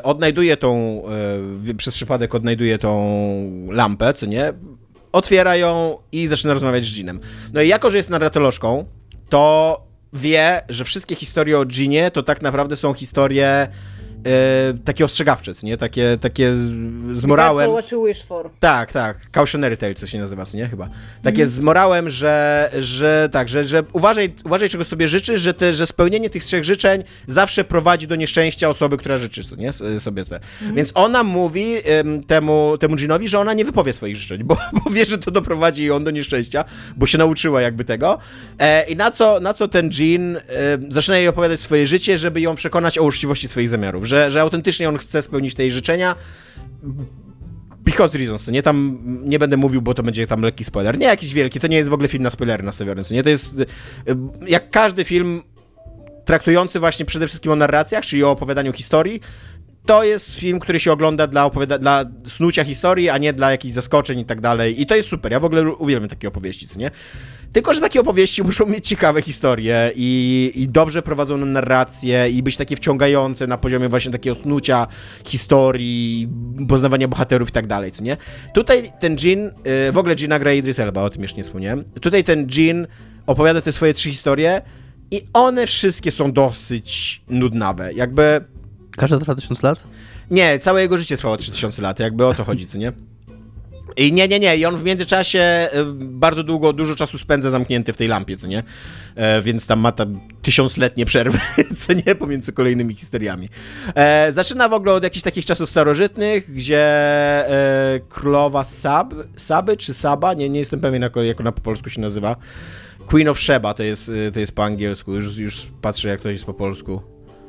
przez przypadek odnajduje tą lampę, co nie, otwiera ją i zaczyna rozmawiać z dżinem. No i jako, że jest narratolożką, to wie, że wszystkie historie o dżinie to tak naprawdę są historie takie ostrzegawcze, nie? Takie z morałem. What you wish for. Tak. Cautionary tale, co się nazywa, nie? Chyba. Takie z morałem, że uważaj, czego sobie życzysz, że spełnienie tych 3 życzeń zawsze prowadzi do nieszczęścia osoby, która życzy, nie? Sobie te. Więc ona mówi temu dżinowi, że ona nie wypowie swoich życzeń, bo wie, że to doprowadzi ją do nieszczęścia, bo się nauczyła jakby tego. I na co ten dżin zaczyna jej opowiadać swoje życie, żeby ją przekonać o uczciwości swoich zamiarów, że autentycznie on chce spełnić te jej życzenia. Because reasons, nie? Tam nie będę mówił, bo to będzie tam lekki spoiler. Nie jakiś wielki, to nie jest w ogóle film na spoilery nastawiony, nie? To jest jak każdy film traktujący właśnie przede wszystkim o narracjach, czyli o opowiadaniu historii. To jest film, który się ogląda dla snucia historii, a nie dla jakichś zaskoczeń i tak dalej. I to jest super. Ja w ogóle uwielbiam takie opowieści, co nie? Tylko że takie opowieści muszą mieć ciekawe historie i dobrze prowadzoną narrację i być takie wciągające na poziomie właśnie takiego snucia historii, poznawania bohaterów i tak dalej, co nie? Tutaj ten dżin, w ogóle dżina gra Idris Elba, o tym jeszcze nie wspomniałem. Tutaj ten dżin opowiada te swoje 3 historie i one wszystkie są dosyć nudnawe. Jakby... Każda trwa 1000 lat? Nie, całe jego życie trwało 3000 lat, jakby o to chodzi, co nie? I nie, i on w międzyczasie bardzo dużo czasu spędza zamknięty w tej lampie, co nie? Więc tam ma 1000-letnie przerwy, co nie? Pomiędzy kolejnymi historiami. Zaczyna w ogóle od jakichś takich czasów starożytnych, gdzie królowa Saby czy Saba, nie jestem pewien, jak ona po polsku się nazywa. Queen of Sheba to jest po angielsku, już patrzę, jak to jest po polsku.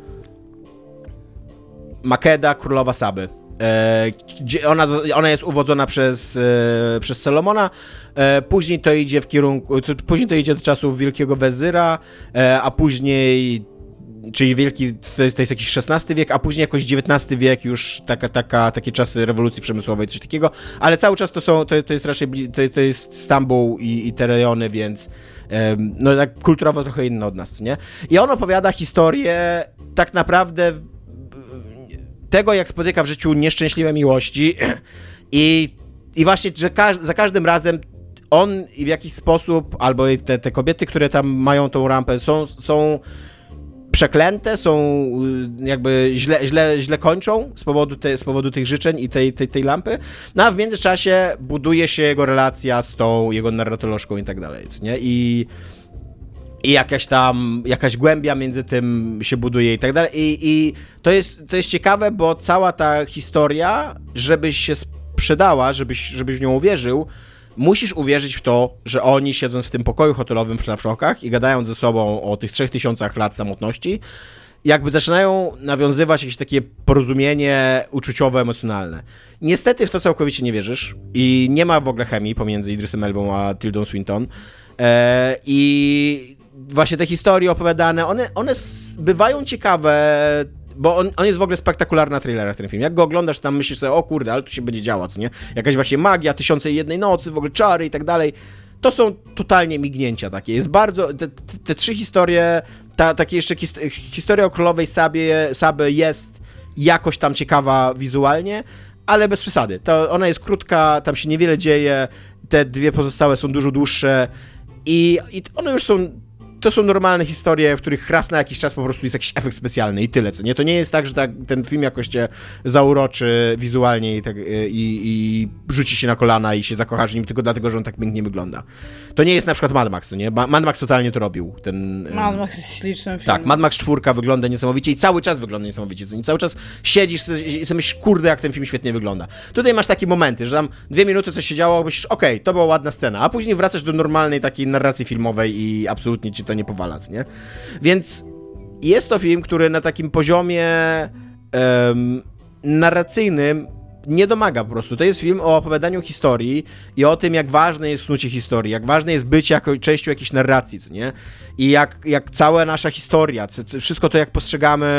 Makeda, królowa Saby. Ona jest uwodzona przez Salomona, później to idzie później to idzie do czasów Wielkiego Wezyra, a później, czyli to jest jakiś XVI wiek, a później jakoś XIX wiek już takie czasy rewolucji przemysłowej, coś takiego, ale cały czas to jest raczej, to jest Stambuł i te rejony, więc no tak kulturowo trochę inne od nas, nie? I on opowiada historię tak naprawdę tego, jak spotyka w życiu nieszczęśliwe miłości i właśnie, że za każdym razem on w jakiś sposób, albo te kobiety, które tam mają tą rampę, są przeklęte, są jakby źle kończą z powodu tych życzeń i tej lampy, no a w międzyczasie buduje się jego relacja z tą jego narratolożką i tak dalej, nie? I jakaś głębia między tym się buduje i tak dalej. I to jest ciekawe, bo cała ta historia, żebyś się sprzedała, żebyś w nią uwierzył, musisz uwierzyć w to, że oni siedząc w tym pokoju hotelowym w szlafrokach i gadając ze sobą o tych 3000 lat samotności, jakby zaczynają nawiązywać jakieś takie porozumienie uczuciowe, emocjonalne. Niestety w to całkowicie nie wierzysz i nie ma w ogóle chemii pomiędzy Idrisem Elbą a Tildą Swinton. I właśnie te historie opowiadane, one bywają ciekawe, bo on jest w ogóle spektakularna thrillera, ten film. Jak go oglądasz, tam myślisz sobie, o kurde, ale tu się będzie działo, co nie? Jakaś właśnie magia, 1001 nocy, w ogóle czary i tak dalej. To są totalnie mignięcia takie. Jest bardzo... Te 3 historie, takie jeszcze historia o królowej Saby jakoś tam ciekawa wizualnie, ale bez przesady. Ona jest krótka, tam się niewiele dzieje, te dwie pozostałe są dużo dłuższe i one już są... To są normalne historie, w których raz na jakiś czas po prostu jest jakiś efekt specjalny i tyle, co nie? To nie jest tak, że ten film jakoś cię zauroczy wizualnie i rzuci się na kolana i się zakochasz w nim tylko dlatego, że on tak pięknie wygląda. To nie jest na przykład Mad Max, co nie? Mad Max totalnie to robił. Mad Max jest ślicznym filmem. Tak, Mad Max 4 wygląda niesamowicie i cały czas wygląda niesamowicie, co nie? Cały czas siedzisz i sobie myślisz, kurde, jak ten film świetnie wygląda. Tutaj masz takie momenty, że tam 2 minuty coś się działo, myślisz, okej, to była ładna scena, a później wracasz do normalnej takiej narracji filmowej i absolutnie ci to nie powala, nie? Więc jest to film, który na takim poziomie narracyjnym nie domaga po prostu. To jest film o opowiadaniu historii i o tym, jak ważne jest snucie historii, jak ważne jest bycie jako częścią jakiejś narracji, co nie? I jak cała nasza historia, wszystko to, jak postrzegamy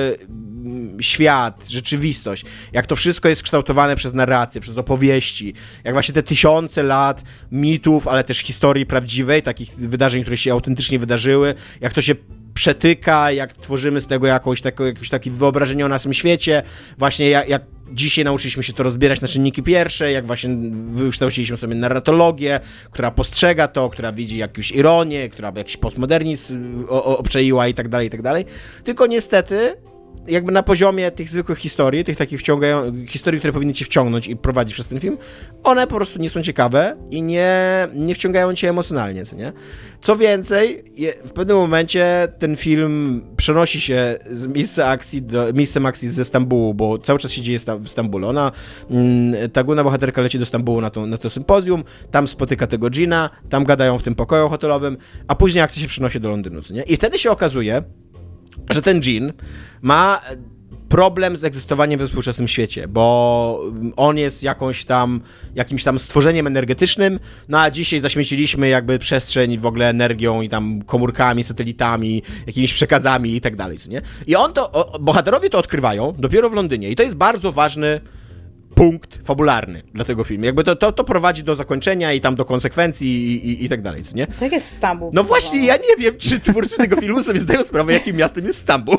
świat, rzeczywistość, jak to wszystko jest kształtowane przez narrację, przez opowieści, jak właśnie te tysiące lat mitów, ale też historii prawdziwej, takich wydarzeń, które się autentycznie wydarzyły, jak to się przetyka, jak tworzymy z tego jakieś takie wyobrażenie o naszym świecie, właśnie jak dzisiaj nauczyliśmy się to rozbierać na czynniki pierwsze, jak właśnie wykształciliśmy sobie narratologię, która postrzega to, która widzi jakąś ironię, która jakiś postmodernizm obczaiła i tak dalej, i tak dalej. Tylko niestety jakby na poziomie tych zwykłych historii, tych takich historii, które powinny cię wciągnąć i prowadzić przez ten film, one po prostu nie są ciekawe i nie wciągają cię emocjonalnie, co nie? Co więcej, w pewnym momencie ten film przenosi się z miejscem akcji ze Stambułu, bo cały czas się dzieje w Stambule. Ta główna bohaterka leci do Stambułu na to sympozjum, tam spotyka tego Gina, tam gadają w tym pokoju hotelowym, a później akcja się przenosi do Londynu, co nie? I wtedy się okazuje, że ten Jean ma problem z egzystowaniem we współczesnym świecie, bo on jest jakimś tam stworzeniem energetycznym, no a dzisiaj zaśmieciliśmy jakby przestrzeń w ogóle energią i tam komórkami, satelitami, jakimiś przekazami i tak dalej, co nie? I bohaterowie to odkrywają dopiero w Londynie i to jest bardzo ważny punkt fabularny dla tego filmu. Jakby to prowadzi do zakończenia i tam do konsekwencji i tak dalej, co nie? Tak jest Stambuł. No właśnie, ja nie wiem, czy twórcy tego filmu sobie zdają sprawę, jakim miastem jest Stambuł.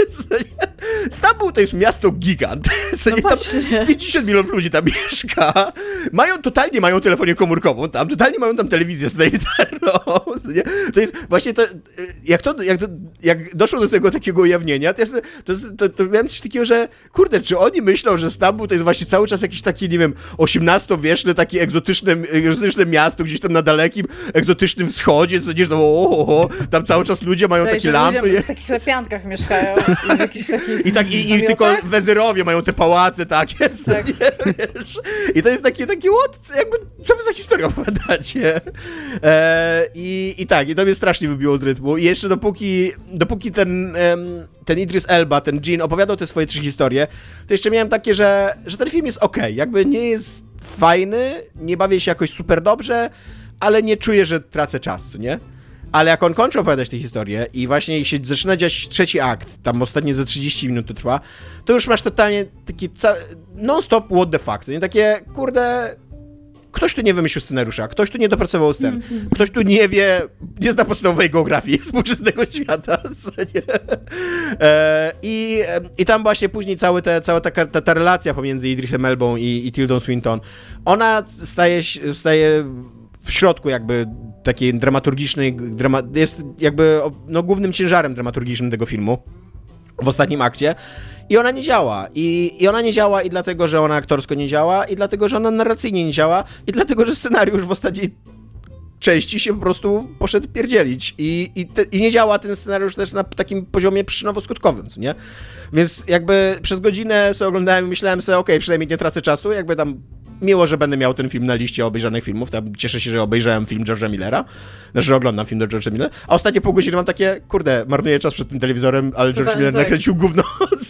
Stambuł to jest miasto gigant. No tam z 50 milionów ludzi tam mieszka. Mają telefonię komórkową tam, totalnie mają tam telewizję satelitarną. To jest właśnie to, jak doszło do tego takiego ujawnienia, to miałem coś takiego, że kurde, czy oni myślą, że Stambuł to jest właśnie cały czas jakieś takie, nie wiem, XVIII-wieczne, takie egzotyczne miasto, gdzieś tam na dalekim, egzotycznym wschodzie, co nie, tam cały czas ludzie mają takie lampy. Ludzie w takich lepiankach mieszkają. I tylko wezyrowie mają te pałace takie, tak. Wiesz? I to jest takie jakby, co wy za historię opowiadacie? I to mnie strasznie wybiło z rytmu. I jeszcze dopóki ten Idris Elba, ten Jean opowiadał te swoje 3 historie, to jeszcze miałem takie, że ten film jest okej, jakby nie jest fajny, nie bawię się jakoś super dobrze, ale nie czuję, że tracę czas, co nie? Ale jak on kończy opowiadać tę historię i właśnie się zaczyna dziać 3. akt, tam ostatnie za 30 minut to trwa, to już masz totalnie taki non-stop what the fuck, co nie? Takie, kurde, ktoś tu nie wymyślił scenariusza, ktoś tu nie dopracował scen, ktoś tu nie zna podstawowej geografii współczesnego świata. I tam właśnie później cała ta relacja pomiędzy Idrisem Elbą i Tildą Swinton, ona staje w środku jakby takiej dramaturgicznej, jest jakby głównym ciężarem dramaturgicznym tego filmu w ostatnim akcie i ona nie działa. I ona nie działa i dlatego, że ona aktorsko nie działa, i dlatego, że ona narracyjnie nie działa, i dlatego, że scenariusz w ostatniej części się po prostu poszedł pierdzielić i nie działa ten scenariusz też na takim poziomie przyczynowo-skutkowym, co nie? Więc jakby przez godzinę sobie oglądałem i myślałem sobie, okej, przynajmniej nie tracę czasu, jakby tam miło, że będę miał ten film na liście obejrzanych filmów. Tam cieszę się, że obejrzałem film George'a Millera. Znaczy, że oglądam film do George'a Millera. A ostatnie pół godziny mam takie, kurde, marnuję czas przed tym telewizorem, ale George Miller nakręcił gówno.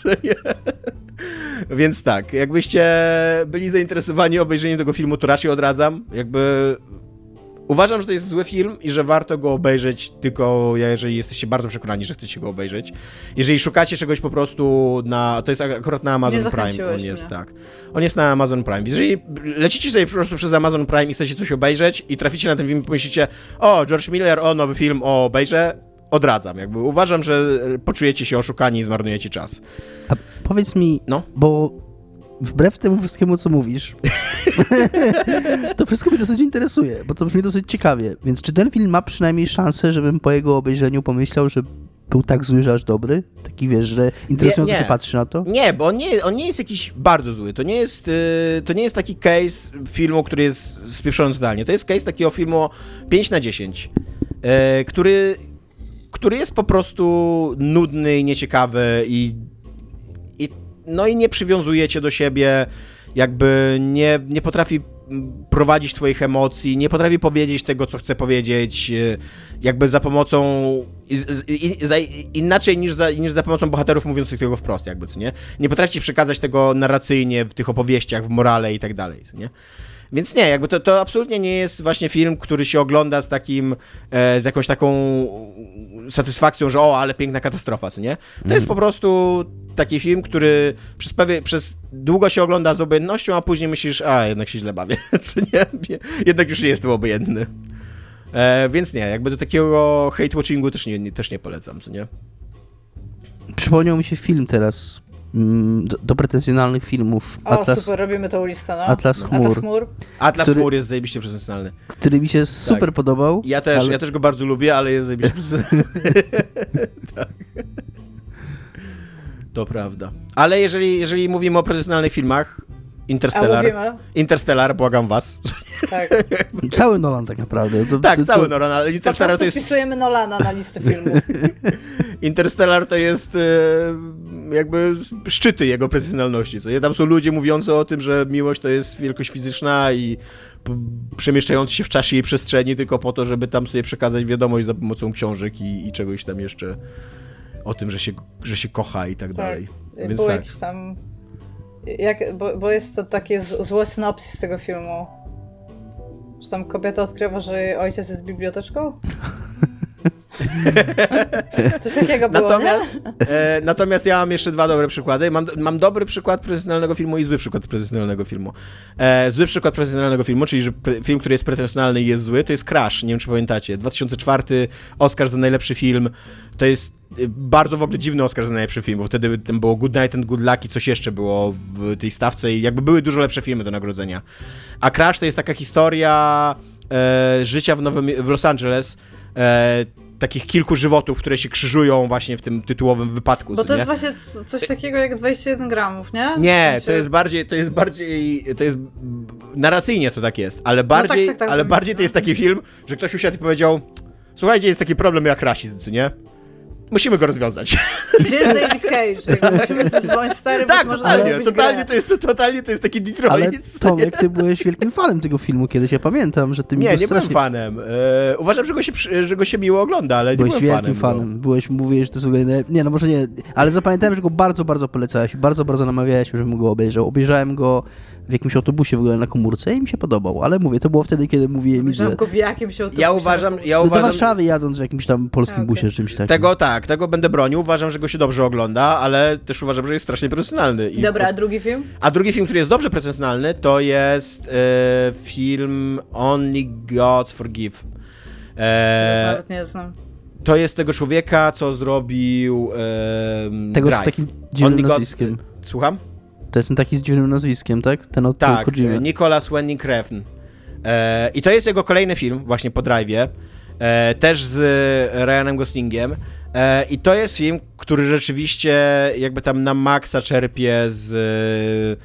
Więc tak, jakbyście byli zainteresowani obejrzeniem tego filmu, to raczej odradzam. Jakby uważam, że to jest zły film i że warto go obejrzeć tylko jeżeli jesteście bardzo przekonani, że chcecie go obejrzeć. Jeżeli szukacie czegoś po prostu to jest akurat na Amazon Prime. On jest na Amazon Prime. Jeżeli lecicie sobie po prostu przez Amazon Prime i chcecie coś obejrzeć i traficie na ten film i pomyślicie, o, George Miller, nowy film, obejrzę, odradzam. Jakby uważam, że poczujecie się oszukani i zmarnujecie czas. Powiedz mi, No. bo wbrew temu wszystkiemu, co mówisz, to wszystko mnie dosyć interesuje, bo to brzmi dosyć ciekawie. Więc czy ten film ma przynajmniej szansę, żebym po jego obejrzeniu pomyślał, że był tak zły, że aż dobry? Taki, wiesz, że interesująco się patrzy na to? Nie, bo on nie jest jakiś bardzo zły. To nie jest taki case filmu, który jest spieprzony totalnie. To jest case takiego filmu 5/10, który jest po prostu nudny i nieciekawy i nie przywiązuje cię do siebie, jakby nie potrafi prowadzić twoich emocji, nie potrafi powiedzieć tego, co chce powiedzieć, jakby za pomocą inaczej niż za pomocą bohaterów mówiących tego wprost, jakby, co nie? Nie potrafi przekazać tego narracyjnie w tych opowieściach, w morale i tak dalej, co nie? Więc nie, jakby to absolutnie nie jest właśnie film, który się ogląda z takim, z jakąś taką satysfakcją, że ale piękna katastrofa, co nie? To jest po prostu taki film, który przez długo się ogląda z obojętnością, a później myślisz, jednak się źle bawię, co nie? Jednak już nie jestem obojętny. Więc nie, jakby do takiego hate-watchingu też nie polecam, co nie? Przypomniał mi się film teraz, do pretensjonalnych filmów. Super, robimy tą listę, no. Atlas Chmur. Atlas Chmur jest zajebiście pretensjonalny. Który mi się super podobał. Ja też go bardzo lubię, ale jest zajebiście pretensjonalny. Tak. To prawda. Ale jeżeli mówimy o pretensjonalnych filmach, Interstellar, błagam was. Tak. Cały Nolan tak naprawdę. Cały Nolan, ale Interstellar to jest... wpisujemy Nolana na listę filmów. Interstellar to jest jakby szczyty jego pretensjonalności. Tam są ludzie mówiący o tym, że miłość to jest wielkość fizyczna i przemieszczający się w czasie i przestrzeni tylko po to, żeby tam sobie przekazać wiadomość za pomocą książek i czegoś tam jeszcze o tym, że się kocha i tak dalej. Więc był jakiś tam... Bo jest to takie złe synopsis tego filmu. Że tam kobieta odkrywa, że jej ojciec jest biblioteczką? Coś takiego było, natomiast ja mam jeszcze dwa dobre przykłady. Mam dobry przykład pretensjonalnego filmu i zły przykład pretensjonalnego filmu. Zły przykład pretensjonalnego filmu, czyli że film, który jest pretensjonalny i jest zły, to jest Crash. Nie wiem, czy pamiętacie. 2004 Oscar za najlepszy film. To jest bardzo w ogóle dziwny Oscar za najlepszy film, bo wtedy tam było Good Night and Good Luck i coś jeszcze było w tej stawce i jakby były dużo lepsze filmy do nagrodzenia. A Crash to jest taka historia życia w Los Angeles, takich kilku żywotów, które się krzyżują właśnie w tym tytułowym wypadku. Bo to jest właśnie coś takiego jak 21 gramów, nie? Nie, to jest narracyjnie to tak jest, ale bardziej to jest taki film, że ktoś usiadł i powiedział, słuchajcie, jest taki problem jak rasizm, co nie? Musimy go rozwiązać. Gdzie jest David Cage? Musimy zadzwonić stary, tak, bo może totalnie to jest taki Detroit. Ale Tomek, ty byłeś wielkim fanem tego filmu kiedyś, ja pamiętam, że ty mi nie byłem fanem. Uważam, że go się miło ogląda, ale byłeś nie byłem wielkim fanem. Mówiłeś, że to jest... Nie, no może nie, ale zapamiętałem, że go bardzo, bardzo polecałeś. Bardzo, bardzo namawiałeś, żebym go obejrzał. Obejrzałem go w jakimś autobusie w ogóle na komórce i mi się podobał, ale mówię, to było wtedy, kiedy mówiłem mi, że... w jakimś autobusie? Ja uważam... Do Warszawy jadąc w jakimś tam polskim busie, czy czymś takim. Tego będę bronił. Uważam, że go się dobrze ogląda, ale też uważam, że jest strasznie pretensjonalny. Dobra, a drugi film? A drugi film, który jest dobrze pretensjonalny, to jest film Only Gods Forgive. Nawet nie znam. To jest tego człowieka, co zrobił tego Drive. z takim dziwnym nazwiskiem. Słucham? To jest ten taki z dziwnym nazwiskiem, tak? Ten od Kojimy. Nicholas Winding Refn. I to jest jego kolejny film, właśnie po Drive'ie, też z Ryanem Goslingiem. I to jest film, który rzeczywiście jakby tam na maksa czerpie z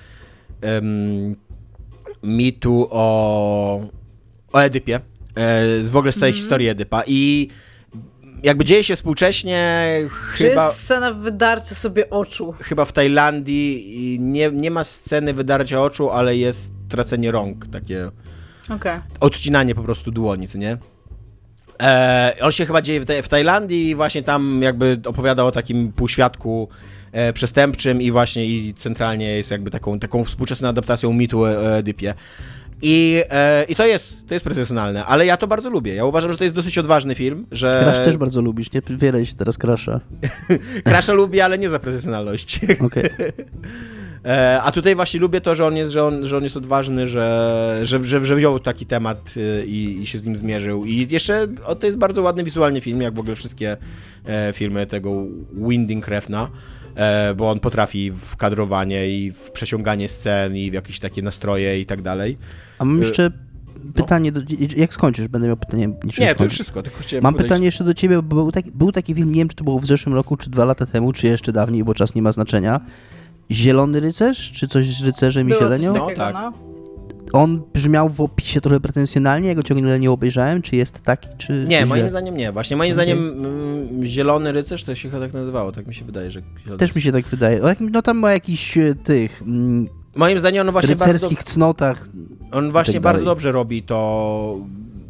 mitu o Edypie, w ogóle z całej historii Edypa. I jakby dzieje się współcześnie, chyba... jest scena wydarcia sobie oczu. Chyba w Tajlandii nie ma sceny wydarcia oczu, ale jest tracenie rąk, takie odcinanie po prostu dłoni, co nie? On się chyba dzieje w Tajlandii i właśnie tam jakby opowiada o takim półświadku przestępczym i właśnie i centralnie jest jakby taką współczesną adaptacją mitu o Edypie. I to jest pretensjonalne, ale ja to bardzo lubię. Ja uważam, że to jest dosyć odważny film, że... Crash też bardzo lubisz, nie wybieraj się teraz Crasha. Crasha lubię, ale nie za pretensjonalność. Okej. A tutaj właśnie lubię to, że on jest odważny, że wziął taki temat i się z nim zmierzył. I jeszcze to jest bardzo ładny wizualnie film, jak w ogóle wszystkie filmy tego Winding Refna, bo on potrafi w kadrowanie i w przeciąganie scen i w jakieś takie nastroje i tak dalej. A mam jeszcze pytanie, jak skończysz? Będę miał pytanie. Nie, to już wszystko, tylko chciałem Mam podejść. pytanie jeszcze do ciebie, bo był taki film, nie wiem, czy to było w zeszłym roku, czy 2 lata temu, czy jeszcze dawniej, bo czas nie ma znaczenia. Zielony Rycerz? Czy coś z rycerzem i zielenią? Było coś takiego, tak. On brzmiał w opisie trochę pretensjonalnie, ja go ciągle nie obejrzałem, czy jest taki, czy Nie, źle? moim zdaniem nie. Właśnie moim zdaniem Zielony Rycerz to się chyba tak nazywało, tak mi się wydaje, że Zielony Też mi się tak wydaje. No tam ma jakichś tych Moim zdaniem on właśnie rycerskich cnotach. On właśnie tak bardzo dalej. dobrze robi to,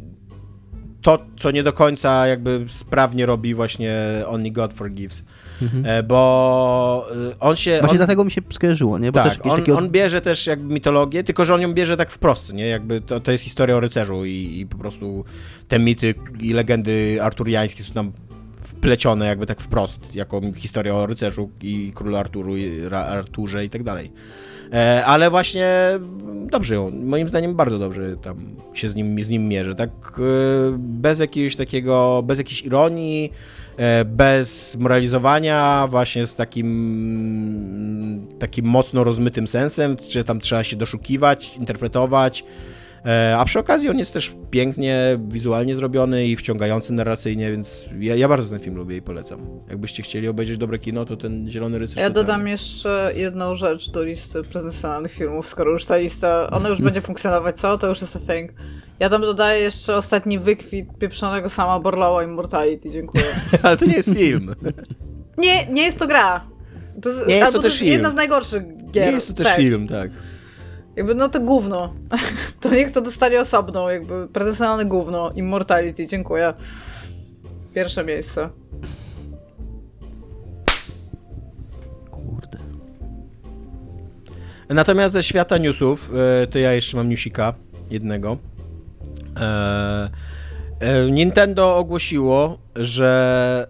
co nie do końca jakby sprawnie robi właśnie Only God Forgives. Bo on się... Właśnie dlatego mi się skojarzyło, nie? Bo tak, też jakieś takie on bierze też jakby mitologię, tylko że on ją bierze tak wprost, nie? Jakby to jest historia o rycerzu i po prostu te mity i legendy arturiańskie są tam wplecione jakby tak wprost, jako historia o rycerzu i królu Arturze i tak dalej. Ale właśnie dobrze ją, moim zdaniem bardzo dobrze tam się z nim mierzy, tak bez jakiegoś takiego, bez jakiejś ironii, bez moralizowania, właśnie z takim mocno rozmytym sensem, że tam trzeba się doszukiwać, interpretować, a przy okazji on jest też pięknie, wizualnie zrobiony i wciągający narracyjnie, więc ja bardzo ten film lubię i polecam. Jakbyście chcieli obejrzeć dobre kino, to ten Zielony Rycerz... Ja dodam jeszcze jedną rzecz do listy pretensjonalnych filmów, skoro już ta lista, ona już będzie funkcjonować, co? To już jest a thing. Ja tam dodaję jeszcze ostatni wykwit pieprzonego Sama Borlaua Immortality, dziękuję. Ale to nie jest film. Nie jest to gra. Nie jest to też film. Jedna z najgorszych gier. Nie jest to też film, tak. Jakby no to gówno. To niech to dostanie osobno, jakby pretensjonalne gówno. Immortality, dziękuję. Pierwsze miejsce. Kurde. Natomiast ze świata newsów, to ja jeszcze mam newsika jednego. Nintendo ogłosiło, że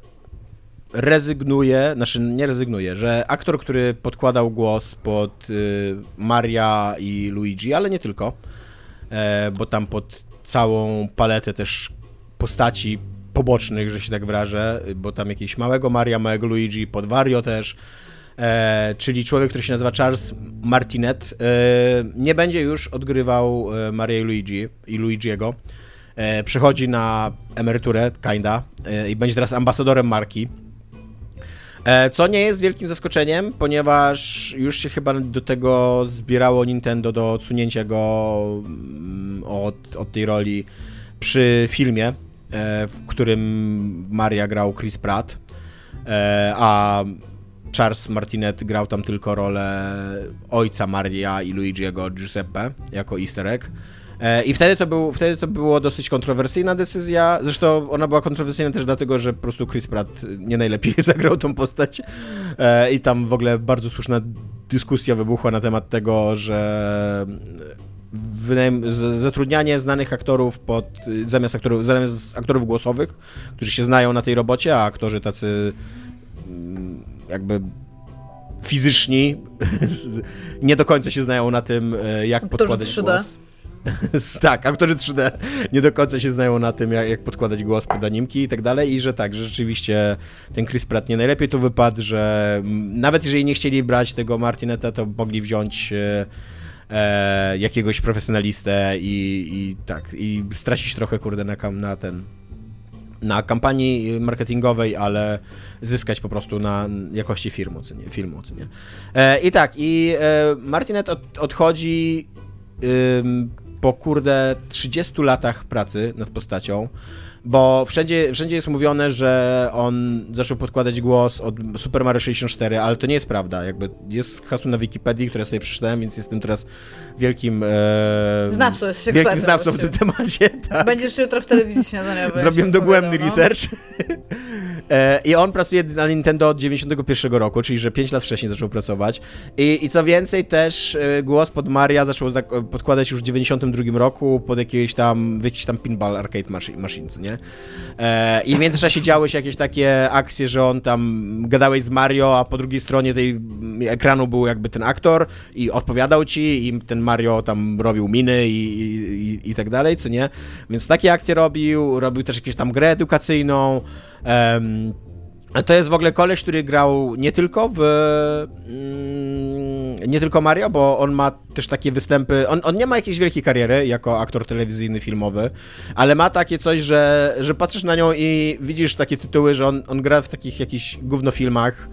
że aktor, który podkładał głos pod Maria i Luigi, ale nie tylko, bo tam pod całą paletę też postaci pobocznych, że się tak wyrażę, bo tam jakiegoś małego Maria, małego Luigi, pod Wario też, czyli człowiek, który się nazywa Charles Martinet, nie będzie już odgrywał Maria i Luigiego. Przechodzi na emeryturę, i będzie teraz ambasadorem marki. Co nie jest wielkim zaskoczeniem, ponieważ już się chyba do tego zbierało Nintendo do odsunięcia go od tej roli przy filmie, w którym Maria grał Chris Pratt, a Charles Martinet grał tam tylko rolę ojca Maria i Luigiego, Giuseppe, jako easter egg. I wtedy to było dosyć kontrowersyjna decyzja. Zresztą ona była kontrowersyjna też dlatego, że po prostu Chris Pratt nie najlepiej zagrał tą postać. I tam w ogóle bardzo słuszna dyskusja wybuchła na temat tego, że zatrudnianie znanych aktorów zamiast aktorów głosowych, którzy się znają na tej robocie, a aktorzy tacy jakby fizyczni nie do końca się znają na tym, jak podkładać głos. Tak, aktorzy 3D nie do końca się znają na tym, jak podkładać głos pod animki i tak dalej, i że tak, że rzeczywiście ten Chris Pratt nie najlepiej tu wypadł, że nawet jeżeli nie chcieli brać tego Martineta, to mogli wziąć jakiegoś profesjonalistę i stracić trochę, kurde, na kampanii marketingowej, ale zyskać po prostu na jakości filmu, co nie. I Martinet odchodzi po 30 latach pracy nad postacią, bo wszędzie jest mówione, że on zaczął podkładać głos od Super Mario 64, ale to nie jest prawda. Jakby jest hasło na Wikipedii, które sobie przeczytałem, więc jestem teraz wielkim znawcą w tym temacie. Tak. Będziesz jutro w telewizji śniadaniowej. Zrobiłem dogłębny research. I on pracuje na Nintendo od 91 roku, czyli że 5 lat wcześniej zaczął pracować. I co więcej, też głos pod Maria zaczął podkładać już w 92 roku pod w jakiś tam pinball arcade machine, nie? I w międzyczasie działy się jakieś takie akcje, że on tam gadałeś z Mario, a po drugiej stronie tej ekranu był jakby ten aktor i odpowiadał ci i ten Mario tam robił miny i tak dalej, co nie? Więc takie akcje robił też jakąś tam grę edukacyjną. To jest w ogóle koleś, który grał nie tylko Mario, bo on ma też takie występy, on nie ma jakiejś wielkiej kariery jako aktor telewizyjny, filmowy, ale ma takie coś, że patrzysz na nią i widzisz takie tytuły, że on gra w takich jakichś gównofilmach,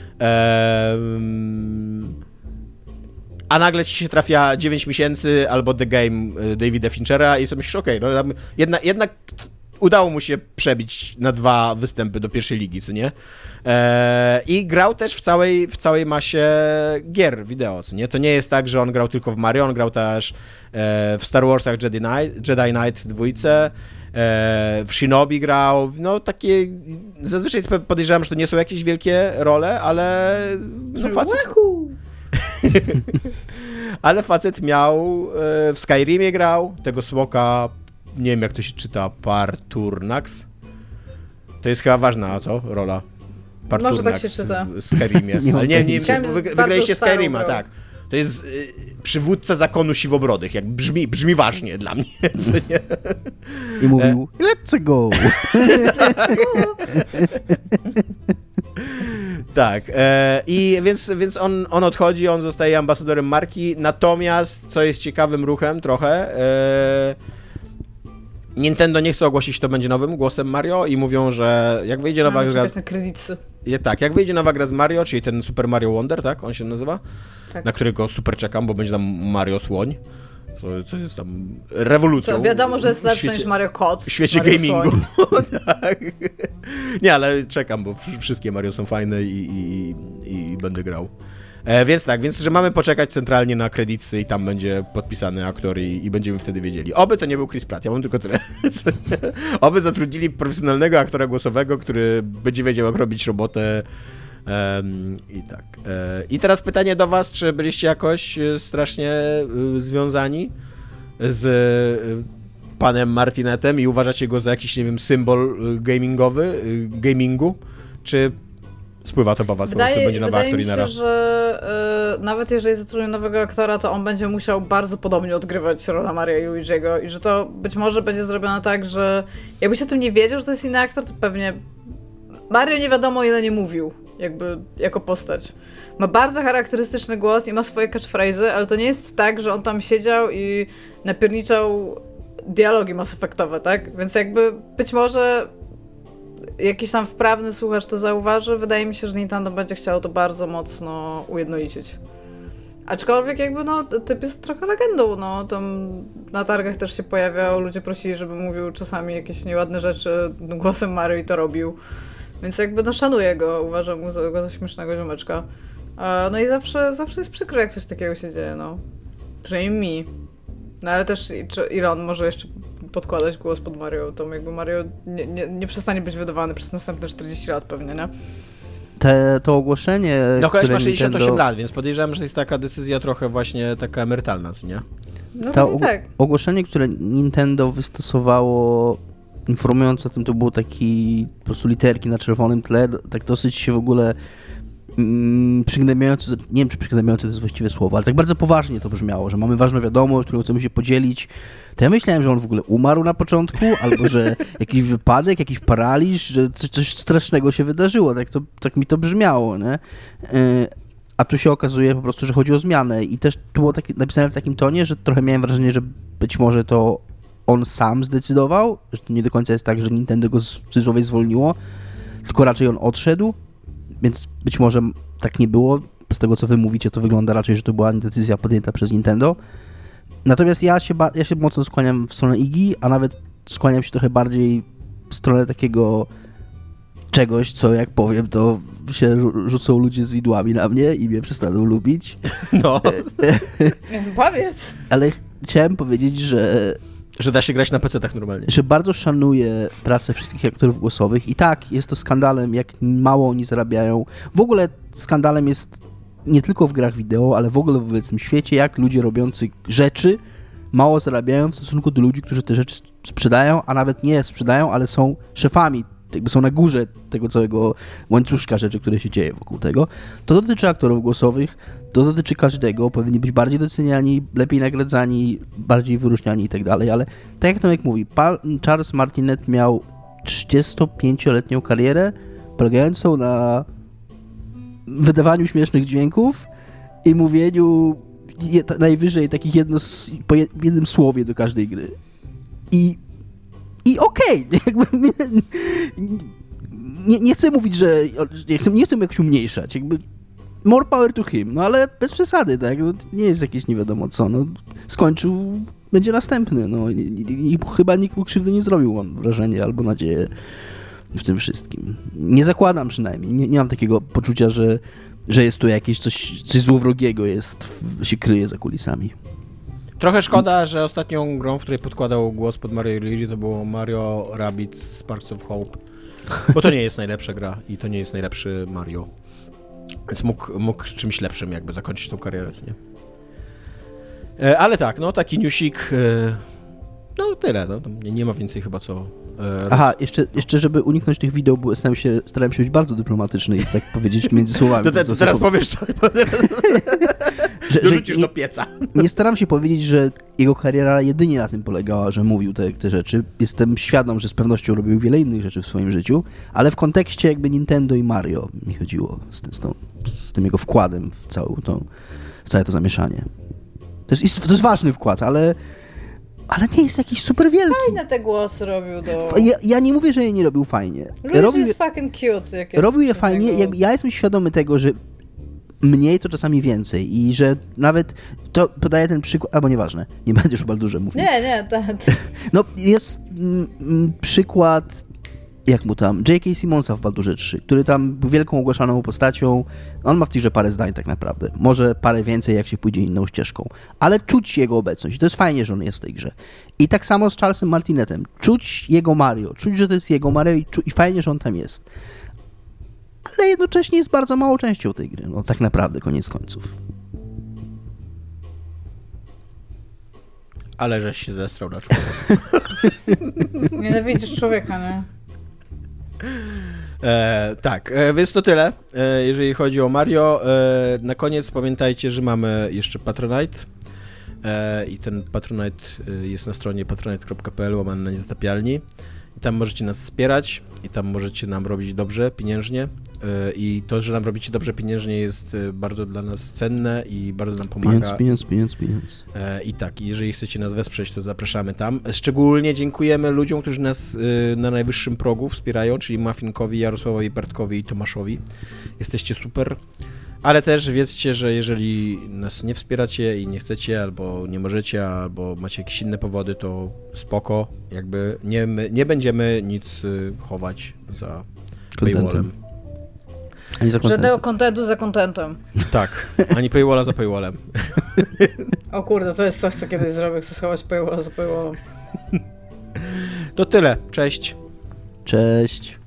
a nagle ci się trafia 9 miesięcy albo The Game Davida Finchera i sobie myślisz, okej, no jednak udało mu się przebić na 2 występy do pierwszej ligi, co nie? I grał też w całej masie gier wideo, co nie? To nie jest tak, że on grał tylko w Mario, on grał też w Star Warsach Jedi Knight 2, w Shinobi grał, no takie, zazwyczaj podejrzewam, że to nie są jakieś wielkie role, ale no facet... ale facet miał, w Skyrimie grał, tego smoka, nie wiem jak to się czyta, Parturnax. To jest chyba ważna, co? Rola. Parturnax. Może tak się czyta. W Skyrimie. Ale nie, wygraliście Skyrima, tak. To jest przywódca zakonu siwobrodych, jak brzmi ważnie dla mnie, co nie? I mówił, let's go! Tak, i więc on odchodzi, on zostaje ambasadorem marki, natomiast, co jest ciekawym ruchem trochę, Nintendo nie chce ogłosić, kto będzie nowym głosem Mario i mówią, że jak wyjdzie nowa gra... na kredyty. Tak, jak wyjdzie nowa gra z Mario, czyli ten Super Mario Wonder, tak, on się nazywa? Tak. Na którego super czekam, bo będzie tam Mario Słoń. Co jest tam rewolucją. To wiadomo, że jest lepsze niż Mario Kot. W świecie Mario gamingu. Tak. Nie, ale czekam, bo wszystkie Mario są fajne i będę grał. Więc że mamy poczekać centralnie na kredyty i tam będzie podpisany aktor i będziemy wtedy wiedzieli. Oby to nie był Chris Pratt, ja mam tylko tyle. Oby zatrudnili profesjonalnego aktora głosowego, który będzie wiedział, jak robić robotę. I tak. I teraz pytanie do was, czy byliście jakoś strasznie związani z panem Martinetem i uważacie go za jakiś, nie wiem, symbol gamingu, czy spływa to po was, bo będzie nowy aktor i nara? Wydaje mi się, że nawet jeżeli zatrudnią nowego aktora, to on będzie musiał bardzo podobnie odgrywać rolę Maria i Luigi'ego i że to być może będzie zrobione tak, że jakbyś o tym nie wiedział, że to jest inny aktor, to pewnie Mario nie wiadomo ile nie mówił, jakby jako postać. Ma bardzo charakterystyczny głos i ma swoje catchphrase'y, ale to nie jest tak, że on tam siedział i napierniczał dialogi Mass Effectowe, tak? Więc jakby być może jakiś tam wprawny słuchacz to zauważy. Wydaje mi się, że Nintendo będzie chciało to bardzo mocno ujednolicić. Aczkolwiek jakby no typ jest trochę legendą, no tam na targach też się pojawiał, ludzie prosili, żeby mówił czasami jakieś nieładne rzeczy głosem Mario i to robił. Więc jakby no szanuję go, uważam go za śmiesznego ziomeczka. No i zawsze jest przykro, jak coś takiego się dzieje, no. Przynajmniej mi. No ale też ile on może jeszcze podkładać głos pod Mario, to jakby Mario nie przestanie być wydawany przez następne 40 lat pewnie, nie? To ogłoszenie, no koleś ma 68 Nintendo... lat, więc podejrzewam, że to jest taka decyzja trochę właśnie taka emerytalna, co nie? No tak. Ogłoszenie, które Nintendo wystosowało, informując o tym, to było taki po prostu literki na czerwonym tle, tak dosyć się w ogóle przygnębiające, nie wiem czy przygnębiające to jest właściwe słowo, ale tak bardzo poważnie to brzmiało, że mamy ważną wiadomość, którą chcemy się podzielić. To ja myślałem, że on w ogóle umarł na początku, albo że jakiś wypadek, jakiś paraliż, że coś strasznego się wydarzyło, tak mi to brzmiało, nie? A tu się okazuje po prostu, że chodzi o zmianę i też tu było napisane w takim tonie, że trochę miałem wrażenie, że być może to on sam zdecydował, że to nie do końca jest tak, że Nintendo go w cudzysłowie zwolniło, tylko raczej on odszedł, więc być może tak nie było. Z tego, co wy mówicie, to wygląda raczej, że to była decyzja podjęta przez Nintendo. Natomiast ja się mocno skłaniam w stronę Iggy, a nawet skłaniam się trochę bardziej w stronę takiego czegoś, co jak powiem, to się rzucą ludzie z widłami na mnie i mnie przestaną lubić. No. Powiedz. Ale chciałem powiedzieć, że Że da się grać na PC-tach normalnie. Że bardzo szanuję pracę wszystkich aktorów głosowych i tak, jest to skandalem, jak mało oni zarabiają. W ogóle skandalem jest nie tylko w grach wideo, ale w ogóle w obecnym świecie, jak ludzie robiący rzeczy mało zarabiają w stosunku do ludzi, którzy te rzeczy sprzedają, a nawet nie sprzedają, ale są szefami, jakby są na górze tego całego łańcuszka rzeczy, które się dzieje wokół tego. To dotyczy aktorów głosowych, to dotyczy każdego, powinni być bardziej doceniani, lepiej nagradzani, bardziej wyróżniani i tak dalej, ale tak jak Tomek mówi, Charles Martinet miał 35-letnią karierę polegającą na wydawaniu śmiesznych dźwięków i mówieniu najwyżej takich po jednym słowie do każdej gry. I okej, jakby nie chcę mówić, że nie chcę jakoś umniejszać, jakby more power to him, no ale bez przesady, tak, no, nie jest jakieś nie wiadomo co, no skończył, będzie następny, no i chyba nikt mu krzywdy nie zrobił, mam wrażenie, albo nadzieję w tym wszystkim. Nie zakładam przynajmniej, nie mam takiego poczucia, że jest tu jakieś coś złowrogiego się kryje za kulisami. Trochę szkoda, że ostatnią grą, w której podkładał głos pod Mario i Luigi, to było Mario Rabbids Sparks of Hope, bo to nie jest najlepsza gra i to nie jest najlepszy Mario. Więc mógł czymś lepszym jakby zakończyć tą karierę, co nie? Ale tak, no taki newsik, no tyle, no, nie ma więcej chyba co... Aha, jeszcze żeby uniknąć tych wideo, bo starałem się być bardzo dyplomatyczny i tak powiedzieć między słowami. To teraz powiesz co? Dorzucisz do pieca. Nie staram się powiedzieć, że jego kariera jedynie na tym polegała, że mówił te rzeczy. Jestem świadom, że z pewnością robił wiele innych rzeczy w swoim życiu, ale w kontekście jakby Nintendo i Mario mi chodziło z tym jego wkładem w całe to zamieszanie. To jest ważny wkład, ale nie jest jakiś super wielki. Fajne te głosy robił do... Ja nie mówię, że je nie robił fajnie. Luigi jest fucking cute. Jak robił je fajnie. Ja jestem świadomy tego, że mniej to czasami więcej i że nawet to podaję ten przykład, albo nieważne, nie będziesz o Baldurze mówił. Nie. No jest przykład, jak mu tam, J.K. Simmonsa w Baldurze 3, który tam był wielką ogłaszaną postacią. On ma w tej grze parę zdań tak naprawdę. Może parę więcej, jak się pójdzie inną ścieżką. Ale czuć jego obecność i to jest fajnie, że on jest w tej grze. I tak samo z Charlesem Martinetem. Czuć jego Mario, czuć, że to jest jego Mario i fajnie, że on tam jest. Ale jednocześnie jest bardzo małą częścią tej gry. No tak naprawdę, koniec końców. Ale żeś się zestrał na człowieka. Nienawidzisz człowieka, nie? Tak, więc to tyle, jeżeli chodzi o Mario. Na koniec pamiętajcie, że mamy jeszcze Patronite i ten Patronite jest na stronie patronite.pl/niezatapialni i tam możecie nas wspierać i tam możecie nam robić dobrze pieniężnie i to, że nam robicie dobrze pieniężnie jest bardzo dla nas cenne i bardzo nam pomaga. Pieniądz. I tak, jeżeli chcecie nas wesprzeć, to zapraszamy tam. Szczególnie dziękujemy ludziom, którzy nas na najwyższym progu wspierają, czyli Muffinkowi, Jarosławowi, Bartkowi i Tomaszowi. Jesteście super. Ale też wiedzcie, że jeżeli nas nie wspieracie i nie chcecie, albo nie możecie, albo macie jakieś inne powody, to spoko. Jakby nie będziemy nic chować za paywallem. Ani za żadnego kontentu za kontentem. Tak, ani paywalla za paywallem. O kurde, to jest coś, co kiedyś zrobię, chcę schować paywalla za paywallem. To tyle, cześć. Cześć.